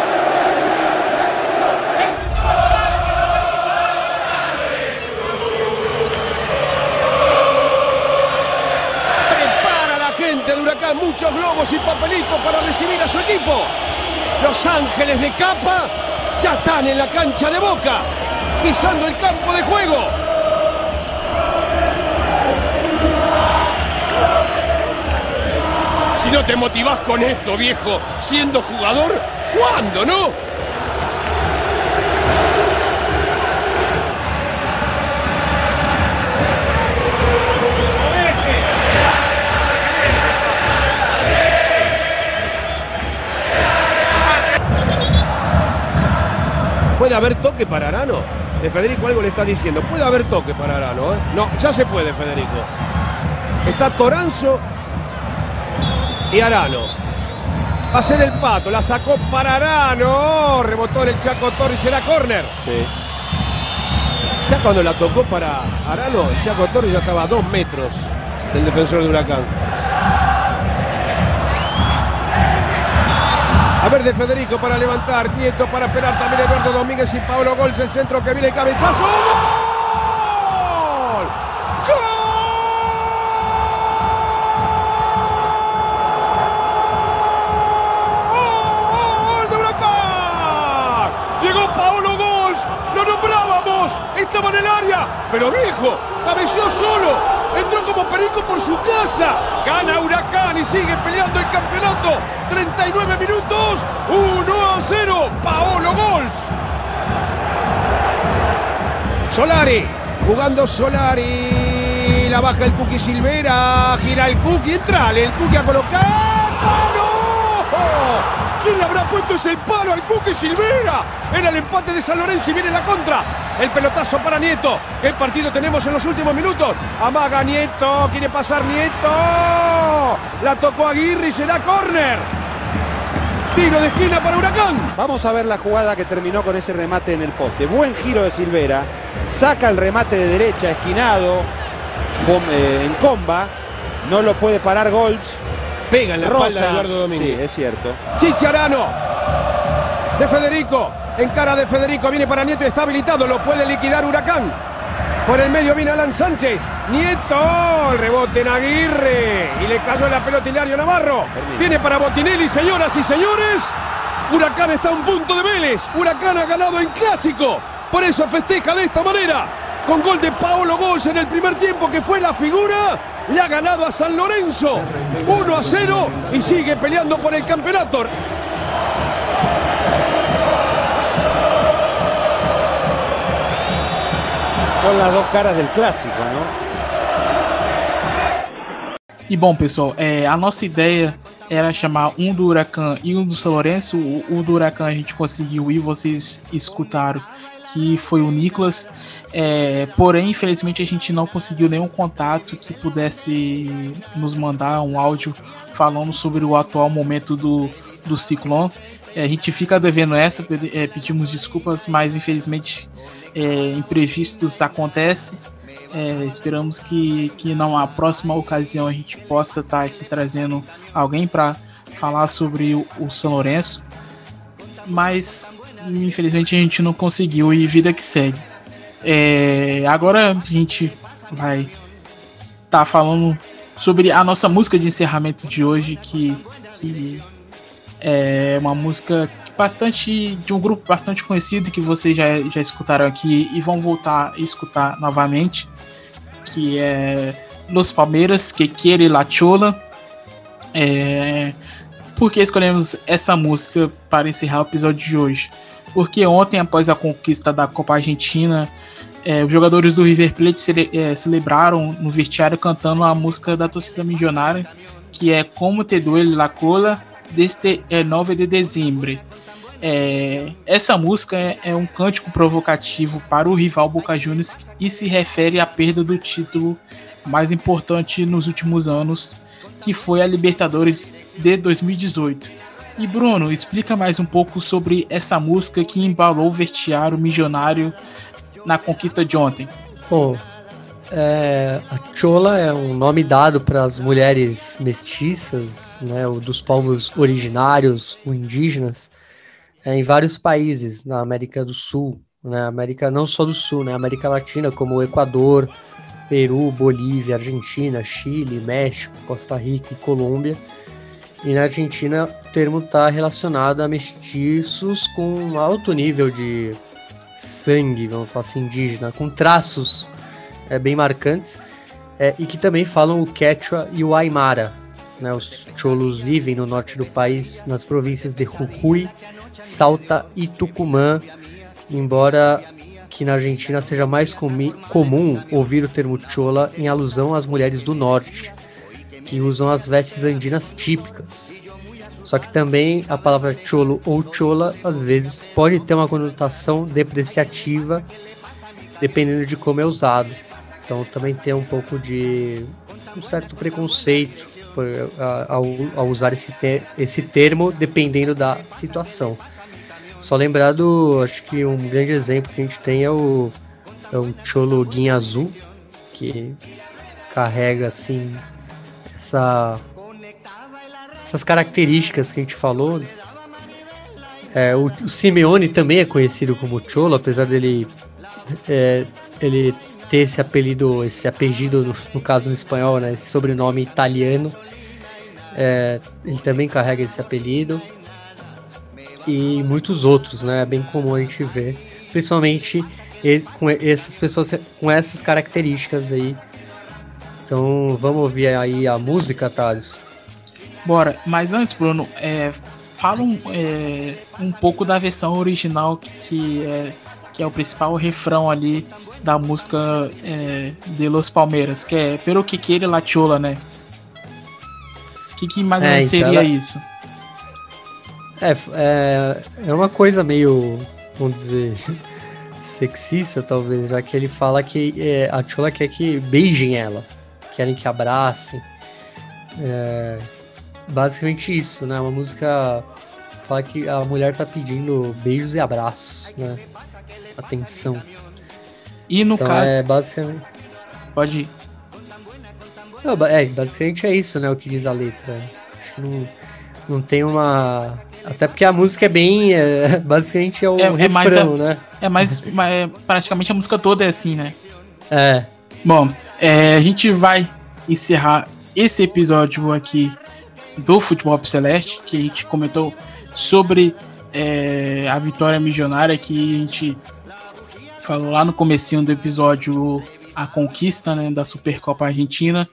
Prepara la gente de Huracán muchos globos y papelitos para recibir a su equipo. Los Ángeles de Capa ya están en la cancha de Boca, pisando el campo de juego. Si no te motivás con esto, viejo, siendo jugador, ¿cuándo, no? ¿Puede haber toque para Arano? De Federico algo le está diciendo. Puede haber toque para Arano, ¿eh? No, ya se fue de Federico. Está Toranzo y Arano. Va a ser el Pato, la sacó para Arano. Rebotó en el Chaco Torres y será córner. Sí. Ya cuando la tocó para Arano, el Chaco Torres ya estaba a dos metros del defensor de Huracán. A ver de Federico para levantar, Nieto para esperar, también Eduardo Domínguez y Paolo Gols, el centro que viene el cabezazo. ¡Gol! ¡Gol de Huracán! Llegó Paolo Gols, lo nombrábamos, estaba en el área, pero viejo, cabeció solo. Entró como perico por su casa. Gana Huracán y sigue peleando el campeonato. treinta y nueve minutos. uno a cero. Paolo Gols. Solari. Jugando Solari. La baja el Cookie Silvera. Gira el Cookie. Entrale. El Cookie a colocar. ¡Palo! ¿Quién le habrá puesto ese palo al Cookie Silvera? Era el empate de San Lorenzo y viene la contra. El pelotazo para Nieto. ¿Qué partido tenemos en los últimos minutos? Amaga Nieto. Quiere pasar Nieto. La tocó Aguirre y será córner. Tiro de esquina para Huracán. Vamos a ver la jugada que terminó con ese remate en el poste. Buen giro de Silvera. Saca el remate de derecha, esquinado, con, eh, en comba. No lo puede parar Gols. Pega en la Rosa, espalda de Eduardo Domínguez. Sí, es cierto. Chicharano. De Federico. En cara de Federico. Viene para Nieto y está habilitado. Lo puede liquidar Huracán. Por el medio viene Alan Sánchez. Nieto. El rebote en Aguirre. Y le cayó la pelota Hilario Navarro. Permite. Viene para Botinelli, señoras y señores. Huracán está a un punto de Vélez. Huracán ha ganado en clásico. Por eso festeja de esta manera. Con gol de Paolo Gols en el primer tiempo, que fue la figura. Le ha ganado a San Lorenzo. uno a cero. Y sigue peleando por el campeonato. Son las dos caras del clássico, não? E bom, pessoal, é, a nossa ideia era chamar um do Huracán e um do São Lourenço. O, o do Huracán a gente conseguiu e vocês escutaram que foi o Nicolas. É, porém, infelizmente, a gente não conseguiu nenhum contato que pudesse nos mandar um áudio falando sobre o atual momento do, do Ciclone. É, a gente fica devendo essa, é, pedimos desculpas, mas infelizmente é, imprevistos acontecem. É, esperamos que, que na próxima ocasião a gente possa estar aqui trazendo alguém para falar sobre o, o São Lourenço, mas infelizmente a gente não conseguiu e vida que segue. É, agora a gente vai estar tá falando sobre a nossa música de encerramento de hoje, que, que é uma música bastante de um grupo bastante conhecido que vocês já, já escutaram aqui e vão voltar a escutar novamente, que é Los Palmeiras, Que Quiere La Chola. É, por que escolhemos essa música para encerrar o episódio de hoje? Porque ontem, após a conquista da Copa Argentina, É, os jogadores do River Plate cele, é, celebraram no vestiário cantando a música da torcida milionária, que é Como Te Duele la Cola deste nove de dezembro. É, essa música é, é um cântico provocativo para o rival Boca Juniors e se refere à perda do título mais importante nos últimos anos, que foi a Libertadores de dois mil e dezoito. E Bruno, explica mais um pouco sobre essa música que embalou o vestiário milionário na conquista de ontem. Bom, é, a chola é um nome dado para as mulheres mestiças, né, ou dos povos originários ou indígenas, é, em vários países na América do Sul, né, América não só do Sul, né, América Latina, como o Equador, Peru, Bolívia, Argentina, Chile, México, Costa Rica e Colômbia. E na Argentina o termo está relacionado a mestiços com alto nível de sangue, vamos falar assim, indígena, com traços é, bem marcantes, é, e que também falam o Quechua e o Aymara. Né, os cholos vivem no norte do país, nas províncias de Jujuy, Salta e Tucumã, embora que na Argentina seja mais comi- comum ouvir o termo chola em alusão às mulheres do norte, que usam as vestes andinas típicas. Só que também a palavra cholo ou chola, às vezes, pode ter uma conotação depreciativa, dependendo de como é usado. Então também tem um pouco de um certo preconceito por, a, ao, ao usar esse, ter, esse termo, dependendo da situação. Só lembrado, acho que um grande exemplo que a gente tem é o, é o cholo guinha azul, que carrega assim essa, essas características que a gente falou. É, o, o Simeone também é conhecido como cholo, apesar dele é, ele ter esse apelido, esse apelido no, no caso no espanhol, né, esse sobrenome italiano. É, ele também carrega esse apelido. E muitos outros, né? É bem comum a gente ver, principalmente com essas pessoas com essas características aí. Então vamos ouvir aí a música, Thales? Bora, mas antes, Bruno, é, fala um, é, um pouco da versão original, que é, que é o principal refrão ali da música é, de Los Palmeiras, que é Pero que quiere la chola, né? O que, que mais ou menos é, seria ela... isso? É, é, é uma coisa meio, vamos dizer, sexista, talvez, já que ele fala que é, a chola quer que beijem ela, querem que abracem. É, basicamente isso, né? Uma música fala que a mulher tá pedindo beijos e abraços, né? Atenção. E no então, caso... É basicamente... Pode ir. Não, é, basicamente é isso, né? O que diz a letra. Acho que não, não tem uma... Até porque a música é bem... É, basicamente é o é, refrão, é mais a, né? É mais... é, praticamente a música toda é assim, né? É. Bom, é, a gente vai encerrar esse episódio aqui do Futebol Celeste, que a gente comentou sobre é, a vitória milionária, que a gente falou lá no comecinho do episódio, a conquista, né, da Supercopa Argentina,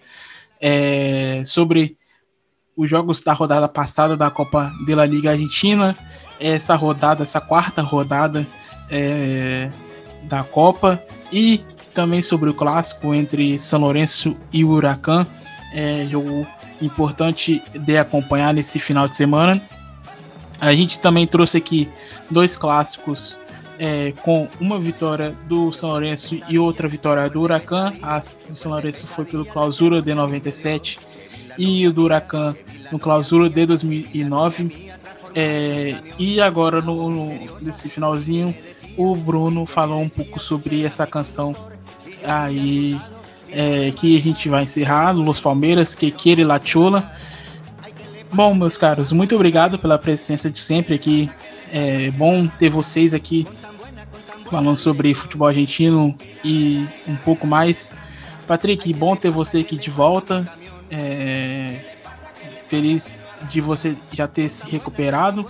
é, sobre os jogos da rodada passada da Copa de la Liga Argentina, essa rodada, essa quarta rodada é, da Copa, e também sobre o clássico entre São Lourenço e Huracán, é, jogo importante de acompanhar nesse final de semana. A gente também trouxe aqui dois clássicos é, com uma vitória do São Lourenço e outra vitória do Huracán. A do São Lourenço foi pelo Clausura de noventa e sete e o do Huracán no Clausura de dois mil e nove. É, e agora no, no, nesse finalzinho o Bruno falou um pouco sobre essa canção aí é, que a gente vai encerrar, Los Palmeiras, que quiere la chola. Bom, meus caros, muito obrigado pela presença de sempre aqui. É bom ter vocês aqui falando sobre futebol argentino e um pouco mais. Patrick, bom ter você aqui de volta. É, feliz de você já ter se recuperado.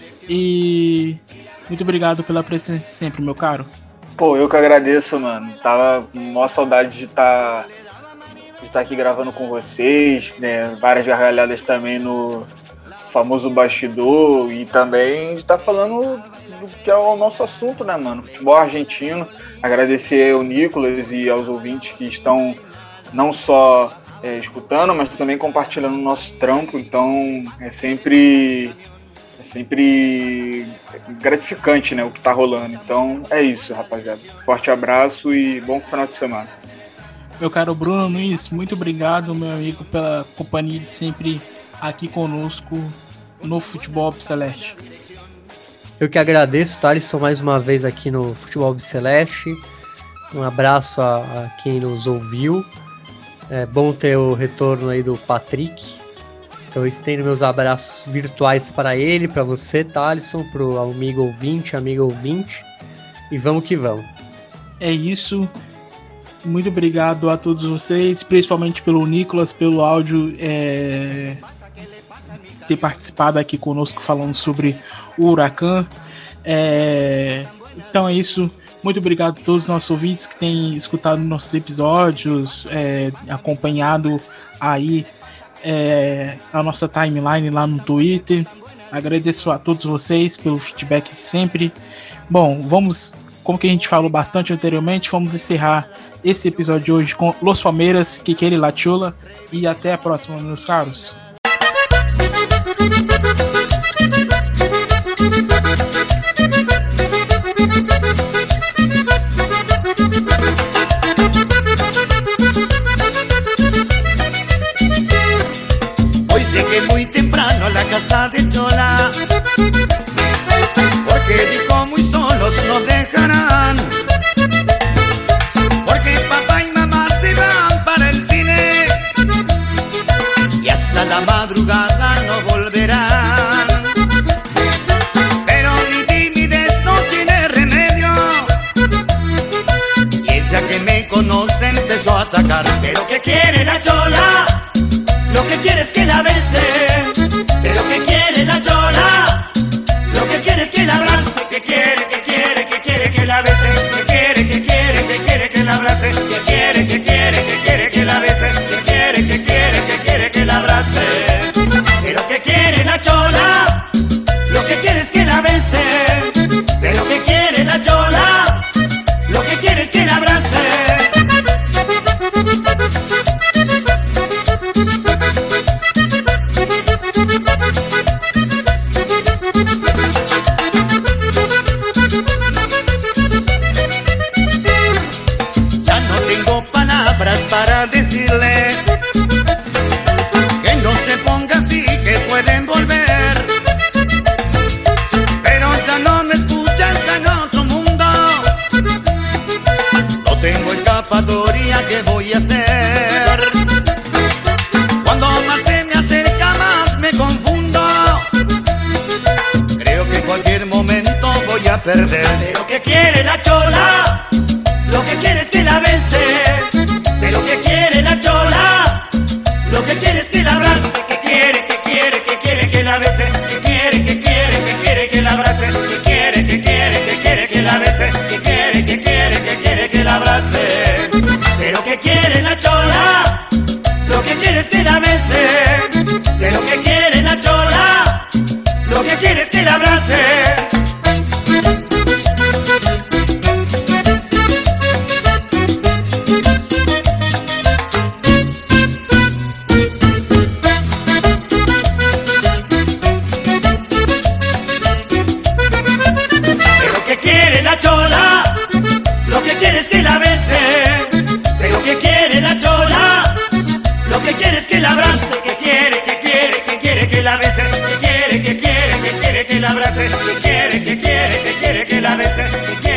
E muito obrigado pela presença de sempre, meu caro. Pô, eu que agradeço, mano. Tava com maior saudade de estar de estar aqui gravando com vocês, né? Várias gargalhadas também no famoso bastidor e também estar tá falando do que é o nosso assunto, né, mano? Futebol argentino. Agradecer ao Nicolas e aos ouvintes que estão não só é, escutando, mas também compartilhando o nosso trampo. Então é sempre, é sempre gratificante, né, o que tá rolando. Então é isso, rapaziada. Forte abraço e bom final de semana. Meu caro Bruno Nunes, muito obrigado, meu amigo, pela companhia de sempre aqui conosco no Futebol Albiceleste. Eu que agradeço, Thalisson, mais uma vez aqui no Futebol Albiceleste. Um abraço a, a quem nos ouviu. É bom ter o retorno aí do Patrick. Então eu estendo meus abraços virtuais para ele, para você, Thalisson, para o amigo ouvinte, amigo ouvinte. E vamos que vamos. É isso. Muito obrigado a todos vocês, principalmente pelo Nicolas, pelo áudio, é, ter participado aqui conosco falando sobre o Huracan. É, então é isso. Muito obrigado a todos os nossos ouvintes que têm escutado nossos episódios, é, acompanhado aí é, a nossa timeline lá no Twitter. Agradeço a todos vocês pelo feedback de sempre. Bom, vamos, como que a gente falou bastante anteriormente, vamos encerrar esse episódio de hoje com Los Palmeiras, que quer la chula, e até a próxima, meus caros. Hoy llegué muy temprano a la casa de Chola, porque dijo muy solos nos dejarán, porque papá y mamá se van para el cine y hasta la madrugada no volverán. Pero mi timidez no tiene remedio y ella que me conoce empezó a atacar. Pero ¿qué quiere la Chola? Lo que quiere es que la bese. Pero ¿qué quiere la Chola? Lo que quiere es que la abrace. Que quiere, que quiere, que quiere que la bese. Que quiere, que quiere, que quiere que la abrace. Que quiere, que quiere, que quiere que la bese. Que quiere, que quiere, que quiere que la abrace. Pero ¿qué quiere la Chola? Lo que quiere es que la bese. Pero ¿qué quiere la Chola? Lo que quiere es que la abrace. Para decirle que no se ponga así, que pueden volver. Pero ya no me escucha, está en otro mundo. No tengo escapatoria, ¿qué voy a hacer? Cuando más se me acerca, más me confundo. Creo que en cualquier momento voy a perder. Pero ¿qué quiere la Chola? Lo que quiere es que la bese. Pero ¿qué quiere la Chola? Lo que quiere es que la abrace. Que quiere, que quiere, que quiere que la bese. Que quiere, que quiere, que quiere que la abrace. Que quiere, que quiere, que quiere que la bese. Que quiere, que quiere, que quiere que la abrace. Pero ¿qué quiere la Chola? Lo que quiere es que la bese. Pero ¿qué quiere la Chola? Lo que quiere es que la abrace. Es que la bese, pero que quiere la Chola, lo que quiere es que la abrace, que quiere, que quiere, que quiere que la bese, que quiere, que quiere, que quiere que la abrace, que quiere, que quiere, que quiere que la bese, que quiere.